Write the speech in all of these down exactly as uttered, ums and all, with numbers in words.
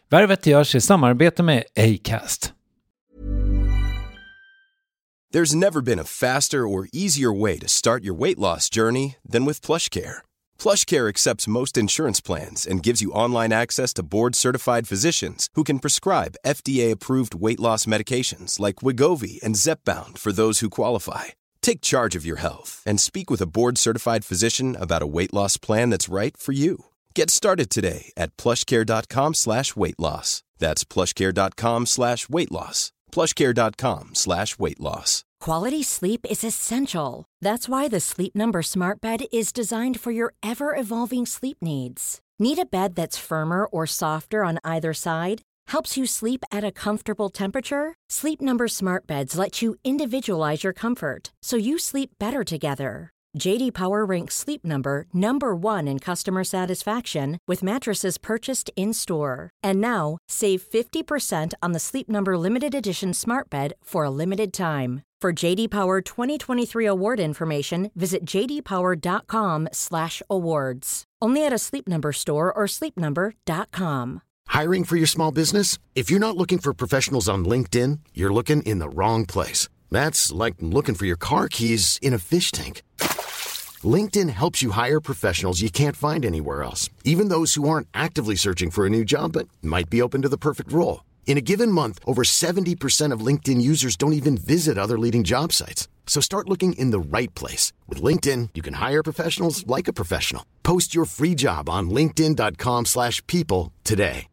Värvet görs i samarbete med Acast. There's never been a faster or easier way to start your weight loss journey than with PlushCare. PlushCare accepts most insurance plans and gives you online access to board-certified physicians who can prescribe F D A-approved weight loss medications like Wegovy and Zepbound for those who qualify. Take charge of your health and speak with a board-certified physician about a weight loss plan that's right for you. Get started today at plushcare.com slash weight loss. That's plushcare.com slash weight loss. plushcare.com slash weight loss. Quality sleep is essential. That's why the Sleep Number Smart Bed is designed for your ever-evolving sleep needs. Need a bed that's firmer or softer on either side? Helps you sleep at a comfortable temperature? Sleep Number Smart Beds let you individualize your comfort so you sleep better together. J D Power ranks Sleep Number number one in customer satisfaction with mattresses purchased in-store. And now, save fifty percent on the Sleep Number Limited Edition Smart Bed for a limited time. For J D Power twenty twenty-three award information, visit j d power dot com slash awards. Only at a Sleep Number store or sleep number dot com. Hiring for your small business? If you're not looking for professionals on LinkedIn, you're looking in the wrong place. That's like looking for your car keys in a fish tank. LinkedIn helps you hire professionals you can't find anywhere else, even those who aren't actively searching for a new job but might be open to the perfect role. In a given month, over seventy percent of LinkedIn users don't even visit other leading job sites. So start looking in the right place. With LinkedIn, you can hire professionals like a professional. Post your free job on linkedin dot com slash people today.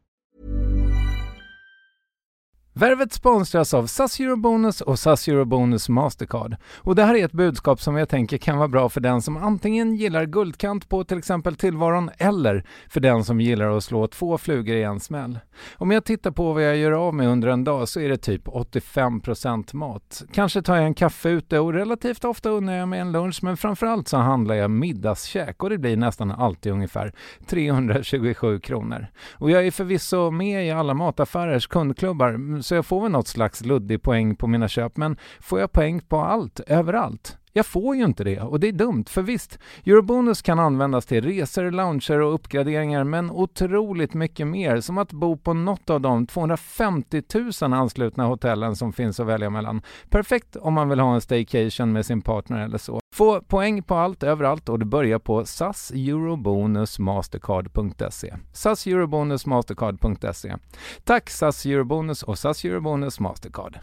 Värvet sponsras av S A S Eurobonus och S A S Eurobonus Mastercard. Och det här är ett budskap som jag tänker kan vara bra för den som antingen gillar guldkant på till exempel tillvaron eller för den som gillar att slå två flugor i en smäll. Om jag tittar på vad jag gör av med under en dag så är det typ åttiofem procent mat. Kanske tar jag en kaffe ute och relativt ofta unnar jag mig en lunch, men framförallt så handlar jag middagskäk och det blir nästan alltid ungefär trehundratjugosju kronor. Och jag är förvisso med i alla mataffärers kundklubbar, så jag får väl något slags luddig poäng på mina köp, men får jag poäng på allt, överallt? Jag får ju inte det och det är dumt, för visst, Eurobonus kan användas till resor, lounger och uppgraderingar, men otroligt mycket mer, som att bo på något av de tvåhundrafemtio tusen anslutna hotellen som finns att välja mellan. Perfekt om man vill ha en staycation med sin partner eller så. Få poäng på allt, överallt, och det börjar på sas eurobonus mastercard punkt se. sas eurobonus mastercard punkt se. Tack S A S Eurobonus och S A S Eurobonus Mastercard.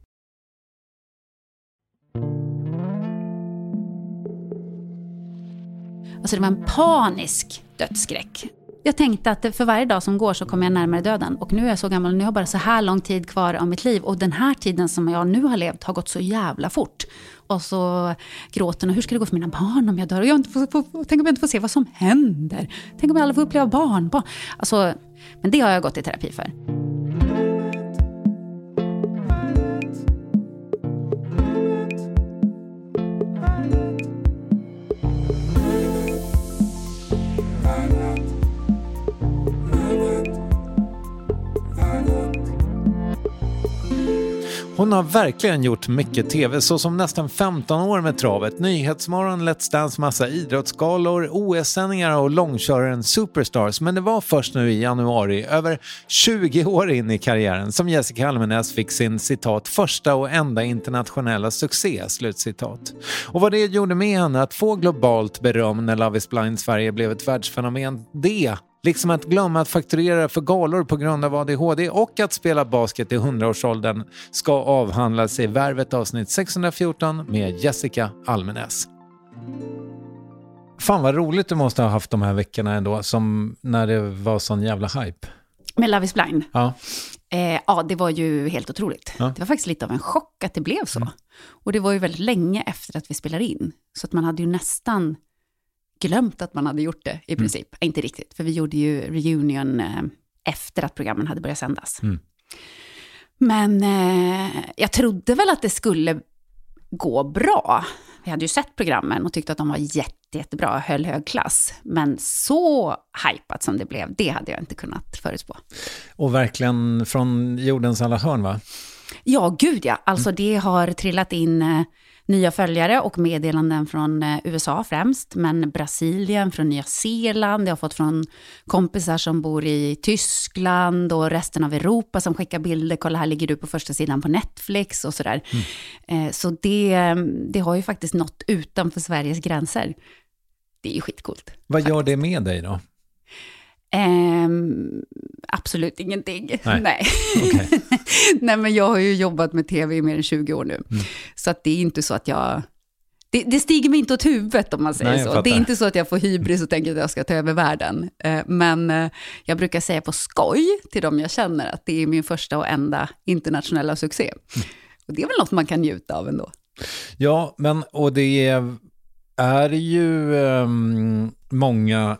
Alltså det var en panisk dödsskräck. Jag tänkte att för varje dag som går så kommer jag närmare döden. Och nu är jag så gammal, nu har jag bara så här lång tid kvar av mitt liv. Och den här tiden som jag nu har levt har gått så jävla fort. Och så gråten, och hur ska det gå för mina barn om jag dör? Och jag inte får, får, tänk om jag inte får se vad som händer. Tänk om jag alla får uppleva barn. barn. Alltså, men det har jag gått i terapi för. Hon har verkligen gjort mycket tv, så som nästan femton år med travet, Nyhetsmorgon, Let's Dance, massa idrottsgalor, O S-sändningar och långköraren Superstars. Men det var först nu i januari, över tjugo år in i karriären, som Jessica Almenäs fick sin citat första och enda internationella succé, slutcitat. Och vad det gjorde med henne att få globalt beröm när Love is Blind Sverige blev ett världsfenomen, det liksom att glömma att fakturera för galor på grund av A D H D och att spela basket i hundraårsåldern ska avhandlas i Värvet avsnitt sexhundrafjorton med Jessica Almenäs. Fan vad roligt du måste ha haft de här veckorna ändå, som när det var sån jävla hype. Med Love is Blind? Ja. Eh, ja, det var ju helt otroligt. Ja. Det var faktiskt lite av en chock att det blev så. Mm. Och det var ju väldigt länge efter att vi spelade in. Så att man hade ju nästan glömt att man hade gjort det i princip. Mm. Inte riktigt, för vi gjorde ju reunion eh, efter att programmen hade börjat sändas. Mm. Men eh, jag trodde väl att det skulle gå bra. Vi hade ju sett programmen och tyckte att de var jätte, jättebra, höll hög klass. Men så hypat som det blev, det hade jag inte kunnat förutspå. Och verkligen från jordens alla hörn, va? Ja, gud ja. Alltså det har trillat in nya följare och meddelanden från U S A främst, men Brasilien, från Nya Zeeland, jag har fått från kompisar som bor i Tyskland och resten av Europa som skickar bilder, kolla här ligger du på första sidan på Netflix och sådär. Mm. Så det, det har ju faktiskt nått utanför Sveriges gränser. Det är ju skitcoolt. Vad faktiskt. Gör det med dig då? Um, absolut ingenting. Nej. Nej. Okay. Nej, men jag har ju jobbat med tv i mer än tjugo år nu. Mm. Så att det är inte så att jag... Det, det stiger mig inte åt huvudet om man säger Nej, så. Det är inte så att jag får hybris och tänker att jag ska ta över världen. Uh, men uh, jag brukar säga på skoj till dem jag känner att det är min första och enda internationella succé. Mm. Och det är väl något man kan njuta av ändå. Ja, men och det är, är ju um, många...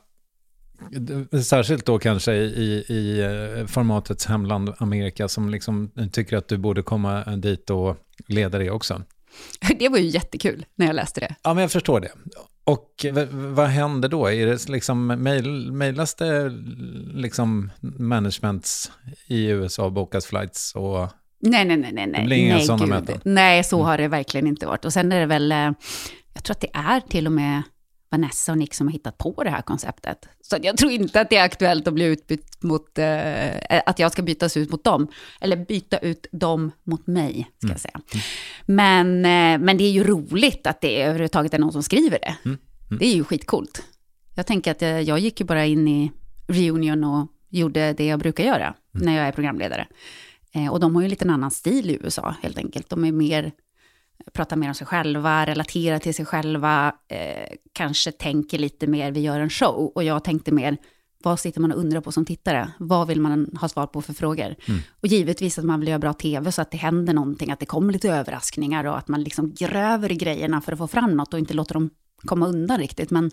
Särskilt då kanske i, i formatets hemland Amerika som liksom tycker att du borde komma dit och leda det också. Det var ju jättekul när jag läste det. Ja, men jag förstår det. Och v- vad händer då? Är det liksom mail, mailas det liksom managements i U S A, bokas flights och... Nej, nej, nej, nej. Det blir inga nej, sådana gud. möten. Nej, så har det verkligen inte varit. Och sen är det väl, jag tror att det är till och med Vanessa och Nick som har hittat på det här konceptet. Så jag tror inte att det är aktuellt att bli utbytt mot, eh, att jag ska bytas ut mot dem. Eller byta ut dem mot mig, ska mm. jag säga. Mm. Men, eh, men det är ju roligt att det överhuvudtaget är någon som skriver det. Mm. Mm. Det är ju skitcoolt. Jag tänker att jag, jag gick ju bara in i Reunion och gjorde det jag brukar göra mm. när jag är programledare. Eh, och de har ju en liten annan stil i U S A, helt enkelt. De är mer... pratar mer om sig själva, relaterar till sig själva, eh, kanske tänker lite mer, vi gör en show. Och jag tänkte mer, vad sitter man och undrar på som tittare? Vad vill man ha svar på för frågor? Mm. Och givetvis att man vill göra bra tv så att det händer någonting, att det kommer lite överraskningar och att man liksom gräver i grejerna för att få fram något och inte låter dem komma undan riktigt. Men,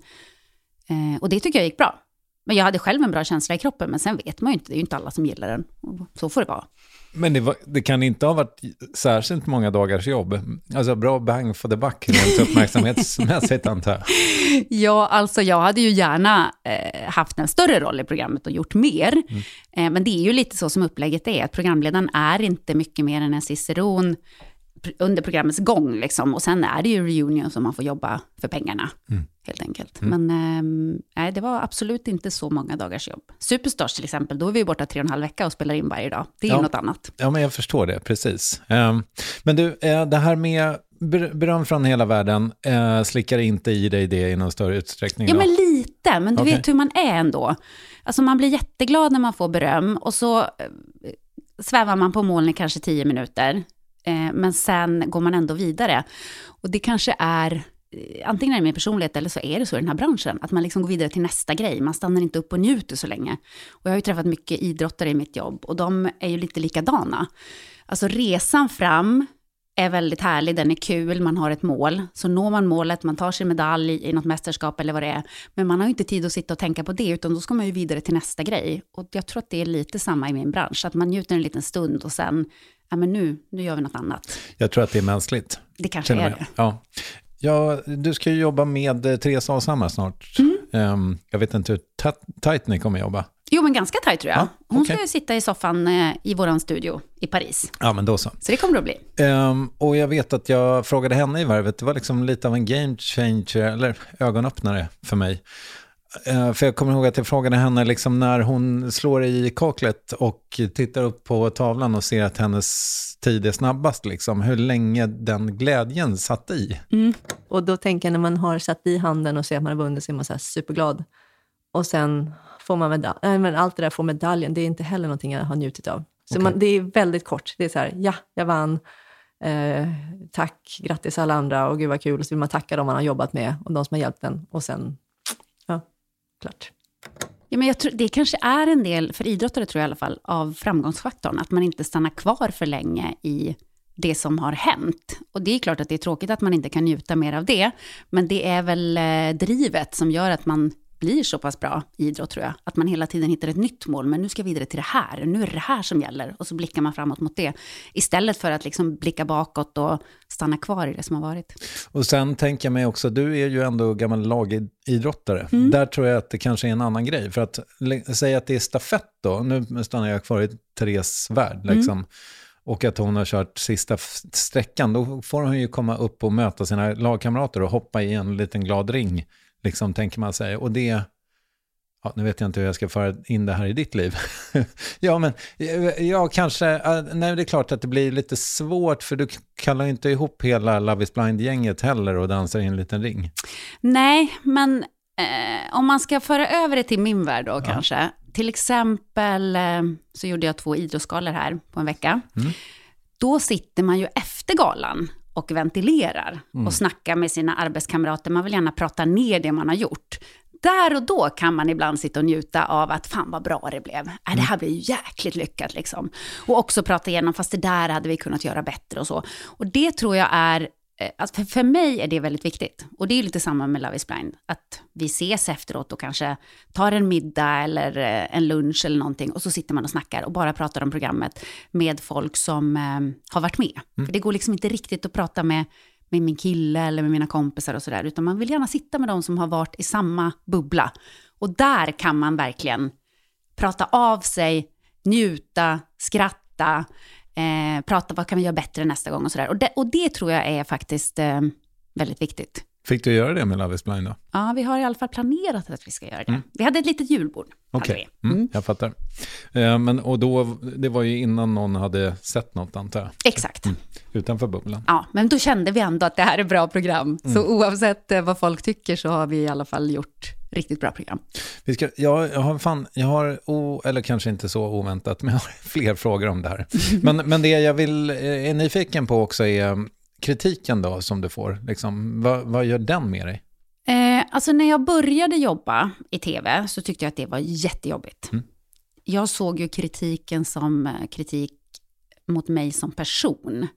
eh, och det tycker jag gick bra. Men jag hade själv en bra känsla i kroppen, men sen vet man ju inte, det är ju inte alla som gillar den. Så får det vara. Men det, var, det kan inte ha varit särskilt många dagars jobb. Alltså bra bang for the buck, rent uppmärksamhetsmässigt antar jag. Ja, alltså jag hade ju gärna eh, haft en större roll i programmet och gjort mer. Mm. Eh, men det är ju lite så som upplägget är, att programledaren är inte mycket mer än en ciceron under programmets gång liksom. Och sen är det ju reunion som man får jobba för pengarna, mm. helt enkelt. Mm. Men nej, eh, det var absolut inte så många dagars jobb. Superstars till exempel, då är vi borta tre och en halv vecka och spelar in varje dag. Det är ja. ju något annat. Ja, men jag förstår det, precis. Um, men du, uh, det här med ber- beröm från hela världen uh, slickar inte i dig det i någon större utsträckning? Ja, då? men lite. Men du okay. vet hur man är ändå. Alltså man blir jätteglad när man får beröm och så uh, svävar man på moln i kanske tio minuter. Men sen går man ändå vidare. Och det kanske är, antingen är det min personlighet eller så är det så i den här branschen, att man liksom går vidare till nästa grej. Man stannar inte upp och njuter så länge. Och jag har ju träffat mycket idrottare i mitt jobb och de är ju lite likadana. Alltså resan fram är väldigt härlig, den är kul, man har ett mål. Så når man målet, man tar sig medalj i något mästerskap eller vad det är. Men man har ju inte tid att sitta och tänka på det, utan då ska man ju vidare till nästa grej. Och jag tror att det är lite samma i min bransch, att man njuter en liten stund och sen, ja men nu, nu gör vi något annat. Jag tror att det är mänskligt. Det kanske är det. Ja. Ja, du ska ju jobba med Therese Alshammar snart. Mm. Um, jag vet inte hur t- tajt ni kommer jobba. Jo, men ganska tajt tror jag. Ja, Hon okay. ska ju sitta i soffan eh, i våran studio i Paris. Ja, men då så. Så det kommer det att bli. Um, och jag vet att jag frågade henne i varvet. Det var liksom lite av en game changer, eller ögonöppnare för mig. Uh, för jag kommer ihåg att jag frågade henne liksom när hon slår i kaklet och tittar upp på tavlan och ser att hennes tid är snabbast. Liksom, hur länge den glädjen satt i. Mm. Och då tänker jag när man har satt i handen och ser att man har vunnit så är man så här superglad. Och sen får man medalj. Nej, men allt det där får medaljen, det är inte heller någonting jag har njutit av. Så okay. man, det är väldigt kort. Det är så här, ja, jag vann. Eh, tack, grattis alla andra och gud vad kul. Och så vill man tacka dem man har jobbat med och de som har hjälpt en. Och sen, ja, klart. Ja, men jag tror, det kanske är en del, för idrottare tror jag i alla fall, av framgångsfaktorn. Att man inte stannar kvar för länge i det som har hänt. Och det är klart att det är tråkigt att man inte kan njuta mer av det. Men det är väl eh, drivet som gör att man blir så pass bra i idrott tror jag. Att man hela tiden hittar ett nytt mål. Men nu ska vi vidare till det här. Nu är det det här som gäller. Och så blickar man framåt mot det. Istället för att liksom blicka bakåt och stanna kvar i det som har varit. Och sen tänker jag mig också, du är ju ändå gammal lagidrottare. Mm. Där tror jag att det kanske är en annan grej. För att säga att det är stafett då. Nu stannar jag kvar i Therese värld liksom. Mm. och att hon har kört sista sträckan, då får hon ju komma upp och möta sina lagkamrater och hoppa i en liten glad ring, liksom, tänker man sig. Och det, ja, nu vet jag inte hur jag ska föra in det här i ditt liv. ja, men ja, kanske, nej, det är klart att det blir lite svårt, för du kallar inte ihop hela Love is Blind-gänget heller och dansar i en liten ring. Nej, men eh, om man ska föra över det till min värld då, ja. kanske. Till exempel eh, så gjorde jag två idrottsgalor här på en vecka. Mm. Då sitter man ju efter galan och ventilerar mm. och snackar med sina arbetskamrater. Man vill gärna prata ner det man har gjort. Där och då kan man ibland sitta och njuta av att fan vad bra det blev. Äh, det här blir ju jäkligt lyckat liksom. Och också prata igenom, fast det där hade vi kunnat göra bättre och så. Och det tror jag är, alltså för, för mig är det väldigt viktigt. Och det är lite samma med Love is Blind. Att vi ses efteråt och kanske tar en middag eller en lunch eller någonting. Och så sitter man och snackar och bara pratar om programmet med folk som eh, har varit med. Mm. För det går liksom inte riktigt att prata med med min kille eller med mina kompisar och sådär, utan man vill gärna sitta med dem som har varit i samma bubbla. Och där kan man verkligen prata av sig, njuta, skratta, eh, prata vad kan vi göra bättre nästa gång och sådär. Och det, och det tror jag är faktiskt eh, väldigt viktigt. Fick du göra det med Love is Blind då? Ja, vi har i alla fall planerat att vi ska göra det. Mm. Vi hade ett litet julbord. Okej, okay. mm, jag fattar. Eh, men, och då, det var ju innan någon hade sett något, antar jag. Exakt. Mm. Utanför bubblan. Ja, men då kände vi ändå att det här är bra program. Mm. Så oavsett eh, vad folk tycker så har vi i alla fall gjort riktigt bra program. Vi ska, jag, jag har fan, jag har, o, eller kanske inte så oväntat, men jag har fler frågor om det här. men, men det jag vill, är nyfiken på också är kritiken då som du får. Liksom, vad, vad gör den med dig? Eh, alltså när jag började jobba i tv så tyckte jag att det var jättejobbigt. Mm. Jag såg ju kritiken som kritik mot mig som person.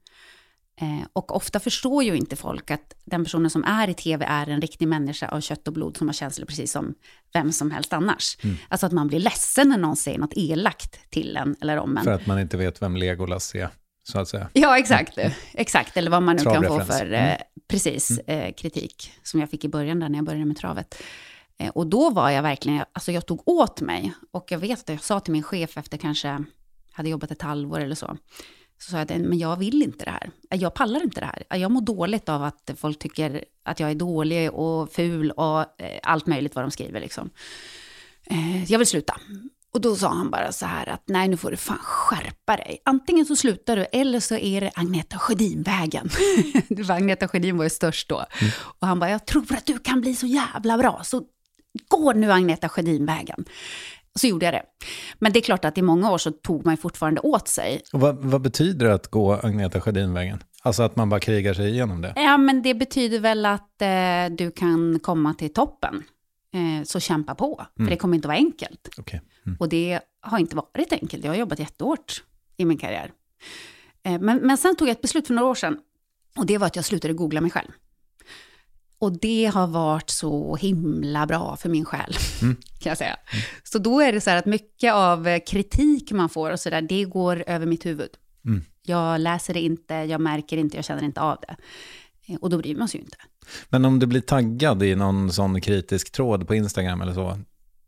Eh, och ofta förstår ju inte folk att den personen som är i tv är en riktig människa av kött och blod som har känslor precis som vem som helst annars. Mm. Alltså att man blir ledsen när någon säger något elakt till en eller om en. För att man inte vet vem Legolas är, så att säga. Ja, exakt. Mm. Exakt, eller vad man nu kan få för mm. eh, precis mm. eh, kritik som jag fick i början där när jag började med travet. Eh, och då var jag verkligen, alltså jag tog åt mig. Och jag vet att jag sa till min chef efter kanske hade jobbat ett halvår eller så. Så sa jag, men jag vill inte det här. Jag pallar inte det här. Jag mår dåligt av att folk tycker att jag är dålig och ful och eh, allt möjligt vad de skriver liksom. Eh, jag vill sluta. Och då sa han bara så här att nej, nu får du fan skärpa dig. Antingen så slutar du eller så är det Agneta Sjödin-vägen. Agneta Sjödin var ju störst då. Mm. Och han bara, jag tror att du kan bli så jävla bra. Så går nu Agneta Sjödin-vägen. Så gjorde jag det. Men det är klart att i många år så tog man fortfarande åt sig. Och vad, vad betyder det att gå Agneta Sjödin-vägen? Alltså att man bara krigar sig igenom det? Ja, men det betyder väl att eh, du kan komma till toppen. Eh, så kämpa på. För mm. det kommer inte vara enkelt. Okay. Mm. Och det har inte varit enkelt. Jag har jobbat jättehårt i min karriär. Eh, men, men sen tog jag ett beslut för några år sedan. Och det var att jag slutade googla mig själv. Och det har varit så himla bra för min själ, mm. kan jag säga. Mm. Så då är det så här att mycket av kritik man får och så där, det går över mitt huvud. Mm. Jag läser det inte, jag märker inte, jag känner inte av det. Och då bryr man sig ju inte. Men om du blir taggad i någon sån kritisk tråd på Instagram eller så?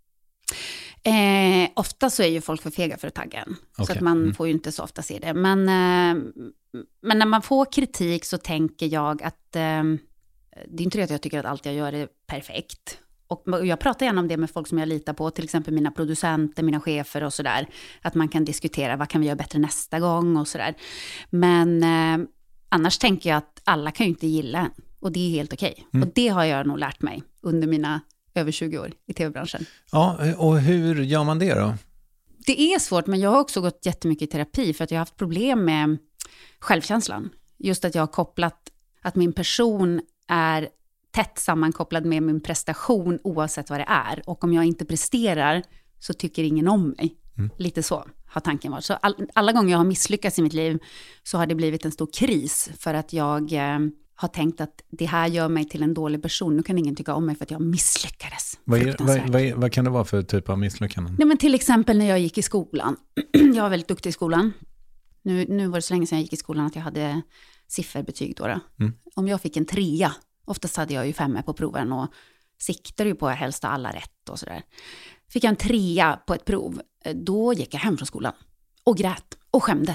Eh, ofta så är ju folk för fega för att tagga en. Okay. Så att man mm. får ju inte så ofta se det. Men, eh, men när man får kritik så tänker jag att eh, det är inte det att jag tycker att allt jag gör är perfekt. Och jag pratar gärna om det med folk som jag litar på, till exempel mina producenter, mina chefer och sådär. Att man kan diskutera vad kan vi göra bättre nästa gång och sådär. Men eh, annars tänker jag att alla kan ju inte gilla en. Och det är helt okej. Mm. Och det har jag nog lärt mig under mina över tjugo år i tv-branschen. Ja, och hur gör man det då? Det är svårt, men jag har också gått jättemycket i terapi för att jag har haft problem med självkänslan. Just att jag har kopplat att min person är tätt sammankopplad med min prestation oavsett vad det är. Och om jag inte presterar så tycker ingen om mig. Mm. Lite så har tanken varit. Så all, alla gånger jag har misslyckats i mitt liv så har det blivit en stor kris för att jag eh, har tänkt att det här gör mig till en dålig person. Nu kan ingen tycka om mig för att jag misslyckades. Vad, är, vad, vad, vad kan det vara för typ av misslyckanden? Nej, men till exempel när jag gick i skolan. Jag var väldigt duktig i skolan. Nu, nu var det så länge sedan jag gick i skolan att jag hade sifferbetyg då. då. Mm. Om jag fick en trea, oftast hade jag ju femma på proven och siktade ju på att helst ha alla rätt och sådär. Fick jag en trea på ett prov, då gick jag hem från skolan och grät och skämdes.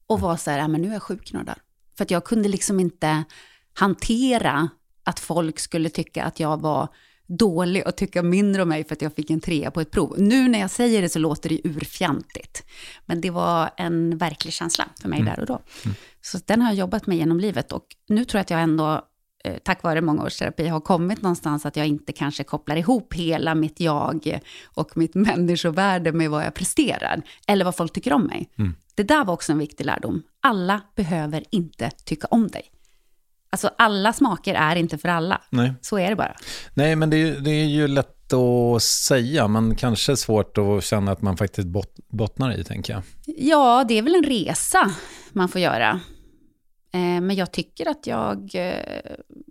och var så här, ja, men nu är jag sjuknördad. För att jag kunde liksom inte hantera att folk skulle tycka att jag var dålig och tycka mindre om mig för att jag fick en trea på ett prov. Nu när jag säger det så låter det urfjantigt. Men det var en verklig känsla för mig mm. där och då. Mm. Så den har jag jobbat med genom livet. Och nu tror jag att jag ändå, eh, tack vare många års terapi, har kommit någonstans att jag inte kanske kopplar ihop hela mitt jag och mitt människovärde med vad jag presterar. Eller vad folk tycker om mig. Mm. Det där var också en viktig lärdom. Alla behöver inte tycka om dig. Alltså alla smaker är inte för alla. Nej. Så är det bara. Nej, men det är, det är ju lätt att säga. Men kanske svårt att känna att man faktiskt bot, bottnar i, tänker jag. Ja, det är väl en resa man får göra. Eh, men jag tycker att jag eh,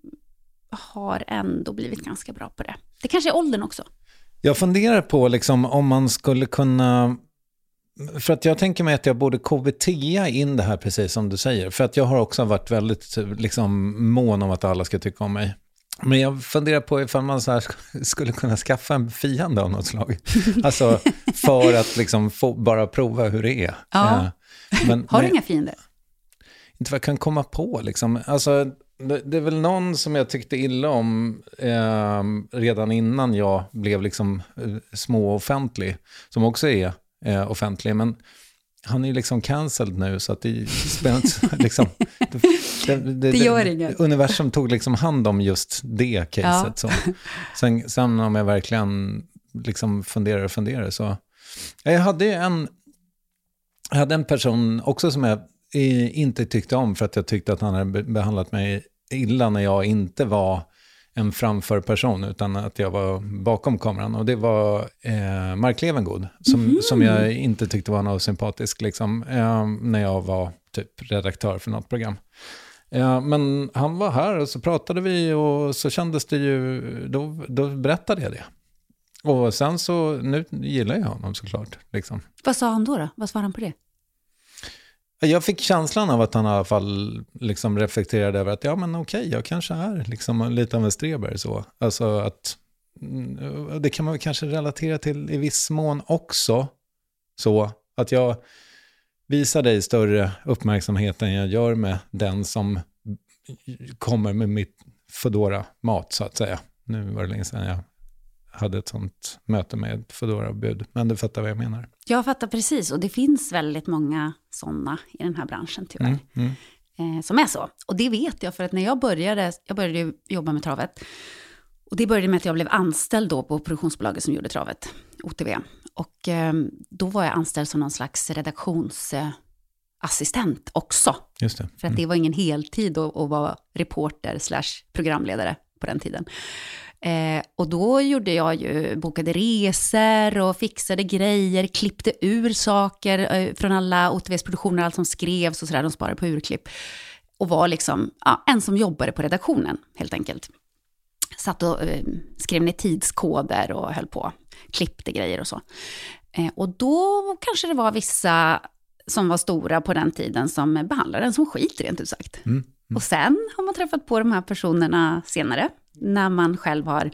har ändå blivit ganska bra på det. Det kanske är åldern också. Jag funderar på liksom, om man skulle kunna... För att jag tänker mig att jag borde K B T-a in det här, precis som du säger. För att jag har också varit väldigt liksom, mån om att alla ska tycka om mig. Men jag funderar på ifall man så här skulle kunna skaffa en fiende av något slag. Alltså för att liksom få bara prova hur det är. Ja. Men, har du men, inga fiender? Inte vad jag kan komma på. Liksom. Alltså, det, det är väl någon som jag tyckte illa om eh, redan innan jag blev liksom småoffentlig. Som också är Eh, offentlig, men han är ju liksom cancelled nu, så att det spelar liksom, det, det, det, det gör inget. Universum tog liksom hand om just det caset. Ja. Så. Sen, sen om jag verkligen liksom funderar och funderar så. Jag hade ju en jag hade en person också som jag inte tyckte om för att jag tyckte att han hade behandlat mig illa när jag inte var en framför person utan att jag var bakom kameran, och det var eh, Mark Levengood som, mm. som jag inte tyckte var något sympatisk liksom, eh, när jag var typ redaktör för något program. Eh, men han var här och så pratade vi och så kändes det ju, då, då berättade jag det. Och sen så, nu gillar jag honom såklart. Liksom. Vad sa han då då? Vad svarade han på det? Jag fick känslan av att han i alla fall liksom reflekterade över att ja men okej, jag kanske är liksom lite av en streber så. Alltså att det kan man väl kanske relatera till i viss mån också. Så att jag visar dig större uppmärksamhet än jag gör med den som kommer med mitt Foodora-mat så att säga. Nu var det länge sedan jag hade ett sånt möte med ett Foodora-bud. Men du fattar vad jag menar. Jag fattar precis. Och det finns väldigt många sådana i den här branschen tyvärr. Mm, mm. Eh, som är så. Och det vet jag för att när jag började, jag började jobba med travet. Och det började med att jag blev anställd då på produktionsbolaget som gjorde travet. O T V. Och eh, då var jag anställd som någon slags redaktionsassistent också. Just det. Mm. För att det var ingen heltid att, att vara reporter slash programledare på den tiden. Eh, och då gjorde jag ju, bokade resor och fixade grejer, klippte ur saker eh, från alla O T V:s produktioner, allt som skrevs och sådär, de sparade på urklipp. Och var liksom ja, en som jobbade på redaktionen helt enkelt. Satt och eh, skrev ner tidskoder och höll på, klippte grejer och så. Eh, och då kanske det var vissa som var stora på den tiden som behandlade den som skit rent ut sagt. Mm, mm. Och sen har man träffat på de här personerna senare. När man själv har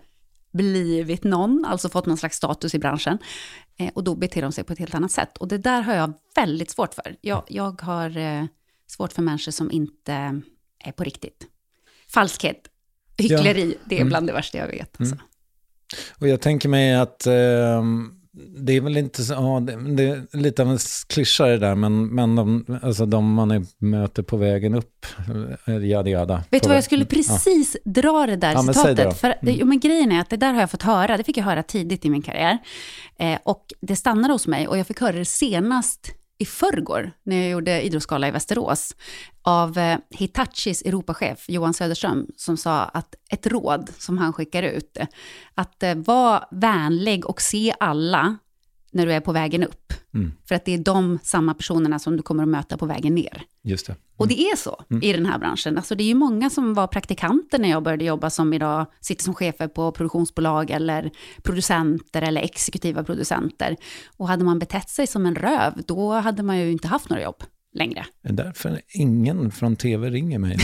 blivit någon, alltså fått någon slags status i branschen. Eh, och då beter de sig på ett helt annat sätt. Och det där har jag väldigt svårt för. Jag, jag har eh, svårt för människor som inte är på riktigt. Falskhet, hyckleri, ja. Det är bland mm. det värsta jag vet. Alltså. Mm. Och jag tänker mig att eh, det är väl inte så, ja, det, det är lite av en klyscha det där, men, men de, alltså de man är, möter på vägen upp, jada, jada. Vet du vad, jag skulle precis ja. dra det där ja, citatet. Men för, mm. jo, men grejen är att det där har jag fått höra, det fick jag höra tidigt i min karriär. Eh, och det stannade hos mig och jag fick höra det senast i förrgår när jag gjorde idrottsgala i Västerås av eh, Hitachis Europachef Johan Söderström som sa att ett råd som han skickar ut, att eh, vara vänlig och se alla när du är på vägen upp. Mm. För att det är de samma personerna som du kommer att möta på vägen ner. Just det. Mm. Och det är så mm. i den här branschen. Alltså det är ju många som var praktikanter när jag började jobba som idag sitter som chefer på produktionsbolag eller producenter eller exekutiva producenter. Och hade man betett sig som en röv, då hade man ju inte haft några jobb längre. Det är därför ingen från tv ringer mig.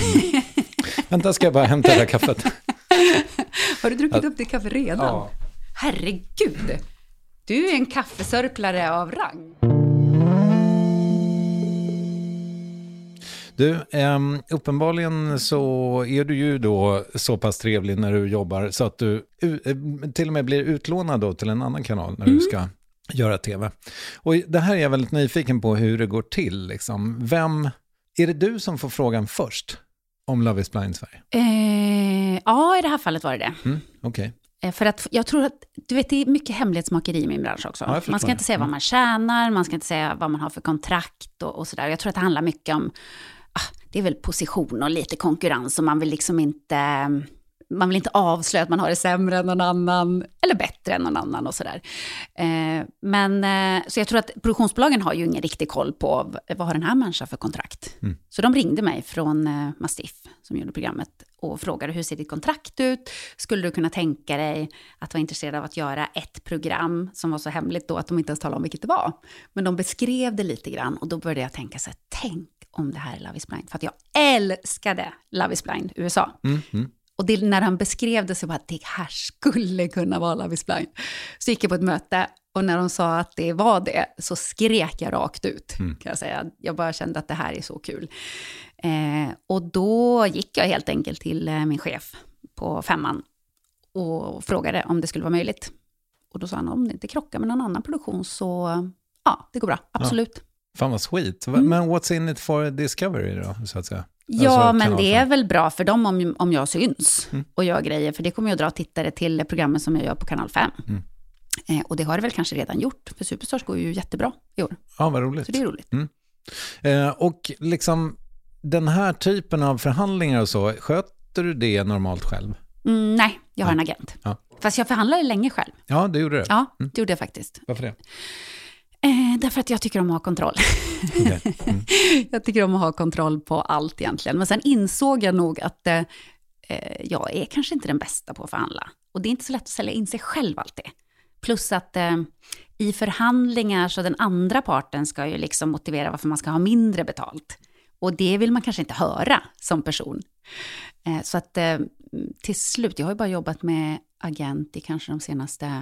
Vänta, ska jag bara hämta det här kaffet. Har du druckit upp ditt kaffe redan? Ja. Herregud! Du är en kaffesörplare av rang. Du, eh, uppenbarligen så är du ju då så pass trevlig när du jobbar så att du uh, till och med blir utlånad då till en annan kanal när mm. du ska göra tv. Och det här är jag väldigt nyfiken på hur det går till. Liksom. Vem, är det du som får frågan först om Love is blind Sverige? Eh, ja, i det här fallet var det det. Mm, okej. Okay. För att jag tror att, du vet, det är mycket hemlighetsmakeri i min bransch också. Ja, man ska inte säga mm. vad man tjänar, man ska inte säga vad man har för kontrakt och, och sådär. Jag tror att det handlar mycket om, ah, det är väl position och lite konkurrens och man vill liksom inte, man vill inte avslöja att man har det sämre än någon annan eller bättre än någon annan och sådär. Eh, men, eh, så jag tror att produktionsbolagen har ju ingen riktig koll på vad har den här människan för kontrakt. Mm. Så de ringde mig från eh, Mastiff som gjorde programmet och frågade hur ser ditt kontrakt ut? Skulle du kunna tänka dig att vara intresserad av att göra ett program som var så hemligt då att de inte ens talade om vilket det var. Men de beskrev det lite grann och då började jag tänka så här, tänk om det här är Love is blind. För att jag älskade Love is blind U S A. Mm, mm. Och det, när han beskrev det så var det här skulle kunna vara Love is blind. Så gick jag på ett möte och när de sa att det var det så skrek jag rakt ut. Mm. Kan jag säga. Jag bara kände att det här är så kul. Eh, och då gick jag helt enkelt till eh, min chef på femman och frågade om det skulle vara möjligt. Och då sa han om det inte krockar med någon annan produktion så ja, det går bra. Absolut. Ja. Fan vad sweet. Mm. Men what's in it for Discovery då, så att säga? Ja, alltså, men det är för... väl bra för dem om, om jag syns mm. och gör grejer. För det kommer ju att dra tittare till programmen som jag gör på kanal fem. Mm. Eh, och det har det väl kanske redan gjort. För Superstars går ju jättebra i år. Ja, vad roligt. Så det är roligt. Mm. Eh, och liksom den här typen av förhandlingar och så, sköter du det normalt själv? Mm, nej, jag har ja. en agent. Ja. Fast jag förhandlade länge själv. Ja, det gjorde du. Ja, det gjorde jag faktiskt. Varför det? Eh, därför att jag tycker om att ha kontroll. Okay. Mm. Jag tycker om att ha kontroll på allt egentligen. Men sen insåg jag nog att eh, jag är kanske inte den bästa på att förhandla. Och det är inte så lätt att sälja in sig själv alltid. Plus att eh, i förhandlingar så den andra parten ska ju liksom motivera varför man ska ha mindre betalt. Och det vill man kanske inte höra som person. Eh, så att eh, till slut, jag har ju bara jobbat med agent i kanske de senaste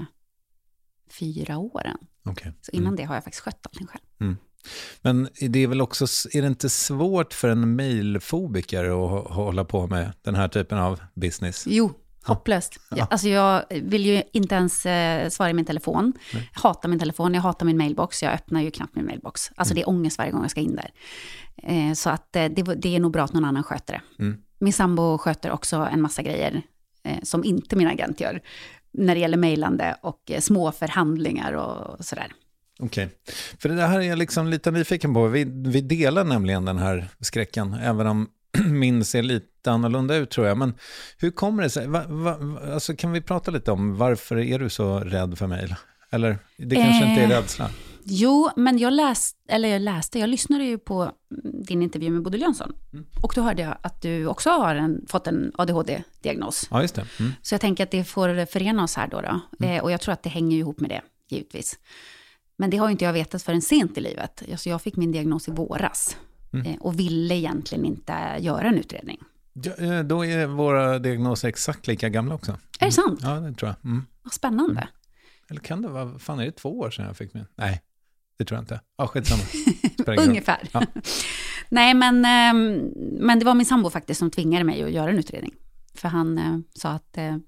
fyra åren. Okay. Så innan mm. det har jag faktiskt skött allting själv. Mm. Men det är väl också, är det inte svårt för en mailfobiker att hålla på med den här typen av business? Jo, hopplöst. Ja. Jag, alltså jag vill ju inte ens eh, svara i min telefon. Nej. Jag hatar min telefon, jag hatar min mailbox. Jag öppnar ju knappt min mailbox. Alltså mm. det är ångest varje gång jag ska in där. Eh, så att eh, det, det är nog bra att någon annan sköter det. Mm. Min sambo sköter också en massa grejer eh, som inte min agent gör. När det gäller mejlande och eh, små förhandlingar och sådär. Okej, okay. För det här är jag liksom lite nyfiken på. Vi, vi delar nämligen den här skräcken, även om min ser lite annorlunda ut tror jag. Men hur kommer det sig? Va, va, alltså, kan vi prata lite om varför är du så rädd för mejl? Eller det kanske eh, inte är rädsla? Jo, men jag läste, eller jag läste, jag lyssnade ju på din intervju med Bodil Jönsson. Mm. Och då hörde jag att du också har en, fått en A D H D-diagnos. Ja, just det. Mm. Så jag tänker att det får förena oss här då. då. Mm. Eh, och jag tror att det hänger ihop med det, givetvis. Men det har ju inte jag vetat förrän sent i livet. Alltså jag fick min diagnos i våras. Mm. Eh, och ville egentligen inte göra en utredning. Ja, då är våra diagnoser exakt lika gamla också. Mm. Är det sant? Ja, det tror jag. Mm. Vad spännande. Mm. Eller kan det vara, fan är det två år sedan jag fick min? Nej, det tror jag inte. Ja, skitsamma. Ungefär. Ja. Nej, men, men det var min sambo faktiskt som tvingade mig att göra en utredning. För han eh, sa att eh,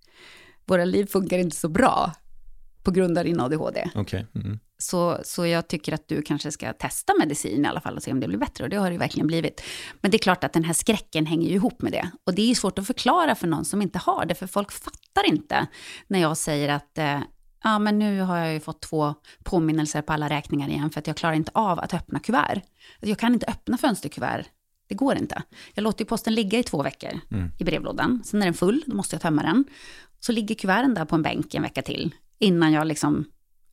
våra liv funkar inte så bra på grund av din A D H D. Okay. Mm. Så, så jag tycker att du kanske ska testa medicin i alla fall och se om det blir bättre. Och det har det verkligen blivit. Men det är klart att den här skräcken hänger ju ihop med det. Och det är ju svårt att förklara för någon som inte har det. För folk fattar inte när jag säger att eh, ja, men nu har jag ju fått två påminnelser på alla räkningar igen. För att jag klarar inte av att öppna kuvert. Jag kan inte öppna fönsterkuvert. Det går inte. Jag låter ju posten ligga i två veckor mm. i brevlådan. Sen är den full, då måste jag tömma den. Så ligger kuverten där på en bänk en vecka till. Innan jag liksom,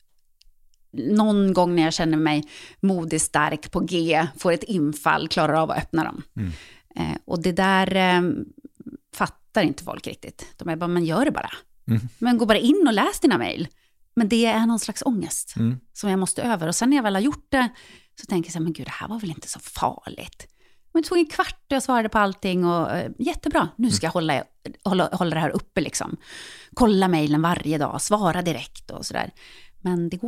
någon gång när jag känner mig modig, stark, på G, får ett infall, klarar av att öppna dem. Mm. Eh, och det där eh, fattar inte folk riktigt. De är bara, men gör det bara. Mm. Men gå bara in och läs dina mejl. Men det är någon slags ångest mm. som jag måste över. Och sen när jag väl har gjort det så tänker jag så här, men gud, det här var väl inte så farligt. Men det tog en kvart och jag svarade på allting och eh, jättebra, nu ska jag hålla, hålla, hålla det här uppe liksom. Kolla mejlen varje dag, svara direkt och sådär. Men det går inte.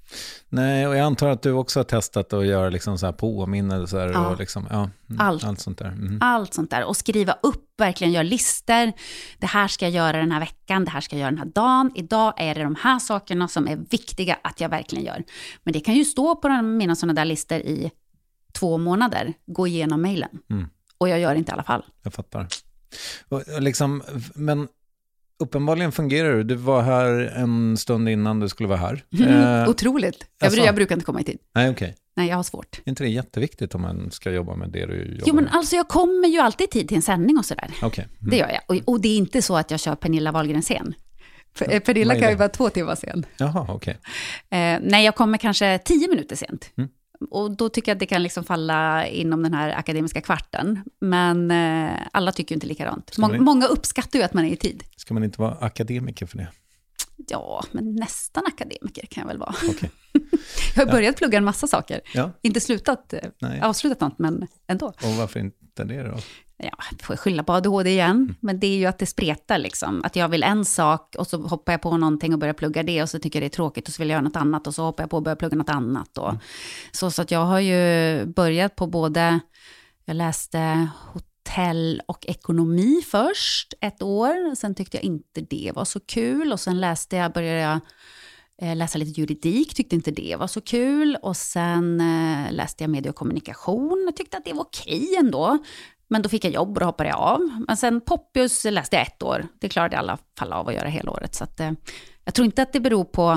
Nej, och jag antar att du också har testat att göra liksom så här påminnelser ja. och liksom, ja, allt. allt sånt där. Mm. Allt sånt där. Och skriva upp, verkligen göra lister. Det här ska jag göra den här veckan, det här ska jag göra den här dagen. Idag är det de här sakerna som är viktiga att jag verkligen gör. Men det kan ju stå på mina sådana där lister i två månader. Gå igenom mejlen. Mm. Och jag gör det inte i alla fall. Jag fattar. Och, och liksom, men uppenbarligen fungerar det. Du var här en stund innan du skulle vara här. Mm, eh, otroligt. Jag, alltså, jag brukar inte komma i tid. Nej, okej. Okay. Nej, jag har svårt. Är inte det jätteviktigt om man ska jobba med det du jobbar Jo, men med? alltså jag kommer ju alltid i tid till en sändning och sådär. Okay. Mm. Det gör jag. Och, och det är inte så att jag kör Pernilla Wahlgren sen. För, Pernilla kan ju vara två timmar sen. Jaha, okej. Okay. Eh, nej, jag kommer kanske tio minuter sent. Mm. Och då tycker jag att det kan liksom falla inom den här akademiska kvarten. Men eh, alla tycker ju inte likadant. Må- inte... Många uppskattar ju att man är i tid. Ska man inte vara akademiker för det? Ja, men nästan akademiker kan jag väl vara. Okay. Jag har börjat ja. plugga en massa saker. Ja. Inte slutat, Nej. avslutat något, men ändå. Och varför inte det då? Ja, får jag skylla på A D H D igen. Mm. Men det är ju att det spretar liksom. Att jag vill en sak och så hoppar jag på någonting och börjar plugga det. Och så tycker jag det är tråkigt och så vill jag göra något annat. Och så hoppar jag på och börjar plugga något annat. Och. Mm. Så, så att jag har ju börjat på både, jag läste hotell och ekonomi först ett år. Sen tyckte jag inte det var så kul. Och sen läste jag, började jag läsa lite juridik, tyckte inte det var så kul. Och sen eh, läste jag media och kommunikation. Jag tyckte att det var okej ändå. Men då fick jag jobb och då hoppade jag av. Men sen Poppius läste jag ett år. Det klarade jag i alla fall av att göra hela året. Så att, eh, jag tror inte att det beror på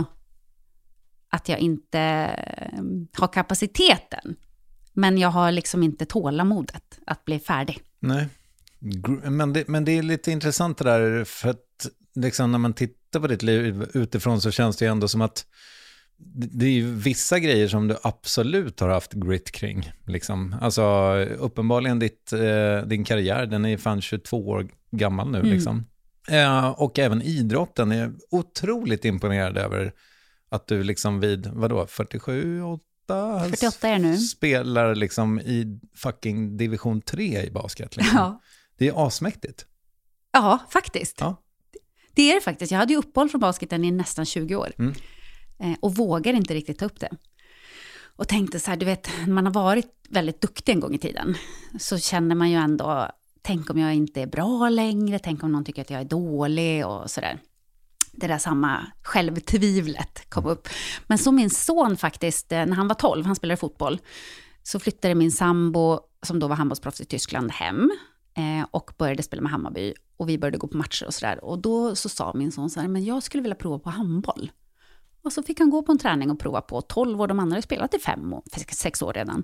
att jag inte eh, har kapaciteten. Men jag har liksom inte tålamodet att bli färdig. Nej, men det, men det är lite intressant det där. För att liksom, när man tittar på ditt liv utifrån så känns det ju ändå som att det är ju vissa grejer som du absolut har haft grit kring. Liksom. Alltså uppenbarligen ditt, eh, din karriär, den är fan tjugotvå år gammal nu. Mm. Liksom. Eh, och även idrotten är otroligt imponerad över att du liksom vid, vadå, fyrtiosju, åtta fyrtioåtta är nu. Spelar liksom i fucking division tre i basket. Liksom. Ja. Det är asmäktigt. Ja, faktiskt. Ja. Det är det faktiskt. Jag hade ju uppehåll från basketen i nästan tjugo år. Mm. Och vågar inte riktigt ta upp det. Och tänkte så här, du vet, man har varit väldigt duktig en gång i tiden. Så känner man ju ändå, tänk om jag inte är bra längre. Tänk om någon tycker att jag är dålig och sådär. Det där samma självtvivlet kom upp. Men så min son faktiskt, när han var tolv, han spelade fotboll. Så flyttade min sambo, som då var handbollsproffs i Tyskland, hem. Och började spela med Hammarby. Och vi började gå på matcher och sådär. Och då så sa min son så här, men jag skulle vilja prova på handboll. Och så fick han gå på en träning och prova på tolv år. De andra har spelat i fem år, sex år redan.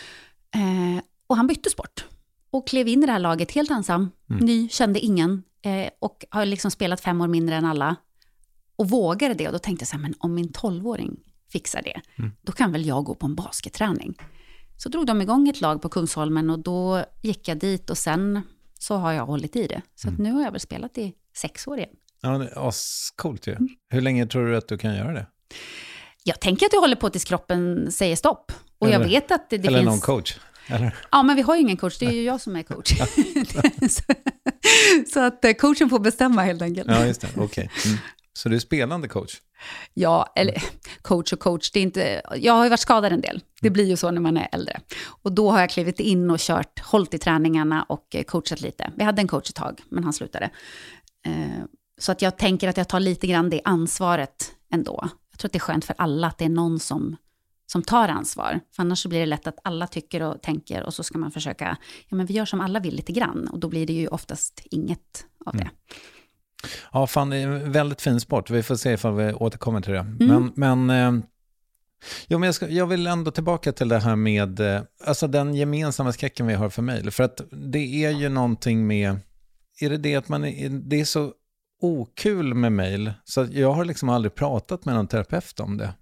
Eh, och han bytte sport. Och klev in i det här laget helt ensam. Mm. Ny, kände ingen. Eh, och har liksom spelat fem år mindre än alla. Och vågade det. Och då tänkte jag så här, men om min tolvåring fixar det. Mm. Då kan väl jag gå på en basketträning. Så drog de igång ett lag på Kungsholmen. Och då gick jag dit. Och sen så har jag hållit i det. Så mm. att nu har jag väl spelat i sex år igen. Ja, det är ascoolt ju. Mm. Hur länge tror du att du kan göra det? Jag tänker att jag håller på tills kroppen säger stopp. Och eller, jag vet att det, det eller finns... Eller någon coach? Eller? Ja, men vi har ju ingen coach. Det är ju jag som är coach. så, så att coachen får bestämma helt enkelt. Ja, just det. Okej. Okay. Mm. Så du är spelande coach? Ja, eller coach och coach. Det är inte, jag har ju varit skadad en del. Det blir ju så när man är äldre. Och då har jag klivit in och kört, hållit i träningarna och coachat lite. Vi hade en coach ett tag, men han slutade. Eh, Så att jag tänker att jag tar lite grann det ansvaret ändå. Jag tror att det är skönt för alla att det är någon som, som tar ansvar. För annars så blir det lätt att alla tycker och tänker och så ska man försöka, ja men vi gör som alla vill lite grann. Och då blir det ju oftast inget av det. Mm. Ja, fan, det är en väldigt fin sport. Vi får se ifall vi återkommer till det. Mm. Men, men, eh, jo, men jag, ska, jag vill ändå tillbaka till det här med eh, alltså den gemensamma skräcken vi har för mejl. För att det är ju någonting med, är det det att man är, det är så okul med mejl. Så jag har liksom aldrig pratat med någon terapeut om det.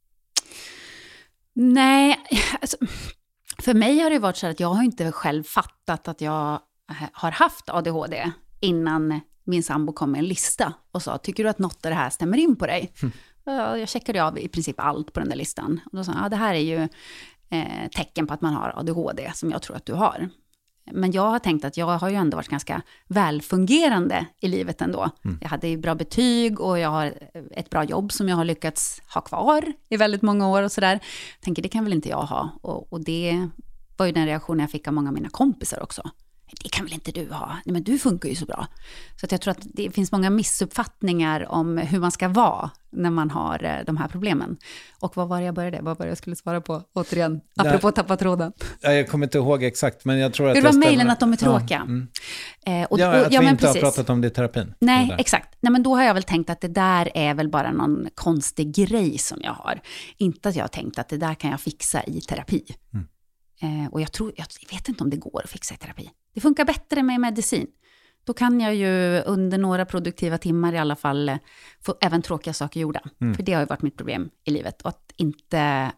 Nej, alltså, för mig har det varit så att jag har inte själv fattat att jag har haft A D H D innan min sambo kom med en lista och sa, tycker du att något av det här stämmer in på dig? Mm. Jag checkade av i princip allt på den där listan. Och då sa jag, ja, det här är ju eh, tecken på att man har A D H D som jag tror att du har. Men jag har tänkt att jag har ju ändå varit ganska välfungerande i livet ändå. Mm. Jag hade ju bra betyg och jag har ett bra jobb som jag har lyckats ha kvar i väldigt många år och sådär. Jag tänker, det kan väl inte jag ha. Och, och det var ju den reaktionen jag fick av många av mina kompisar också. Det kan väl inte du ha? Nej, men du funkar ju så bra. Så att jag tror att det finns många missuppfattningar om hur man ska vara när man har de här problemen. Och vad var det jag började? Vad var det jag skulle svara på? Återigen, apropå att tappa tråden. Jag kommer inte ihåg exakt, men jag tror att det jag var mejlen att de är tråkiga. Ja, mm. eh, och, ja, och, att ja, vi men inte precis. har pratat om det i terapin. Nej, exakt. Nej, men då har jag väl tänkt att det där är väl bara någon konstig grej som jag har. Inte att jag har tänkt att det där kan jag fixa i terapi. Mm. Eh, och jag tror, jag vet inte om det går att fixa i terapi. Det funkar bättre med medicin. Då kan jag ju under några produktiva timmar i alla fall få även tråkiga saker gjorda. Mm. För det har ju varit mitt problem i livet. Och att inte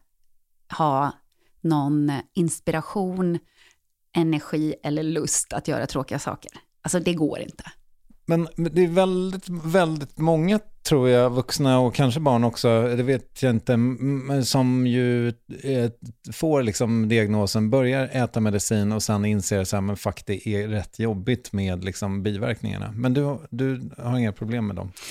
ha någon inspiration, energi eller lust att göra tråkiga saker. Alltså det går inte. Men det är väldigt, väldigt många, tror jag, vuxna och kanske barn också, det vet jag inte, som ju får liksom diagnosen, börjar äta medicin och sen inser så här, men fuck, det är rätt jobbigt med liksom biverkningarna. Men du, du har inga problem med dem?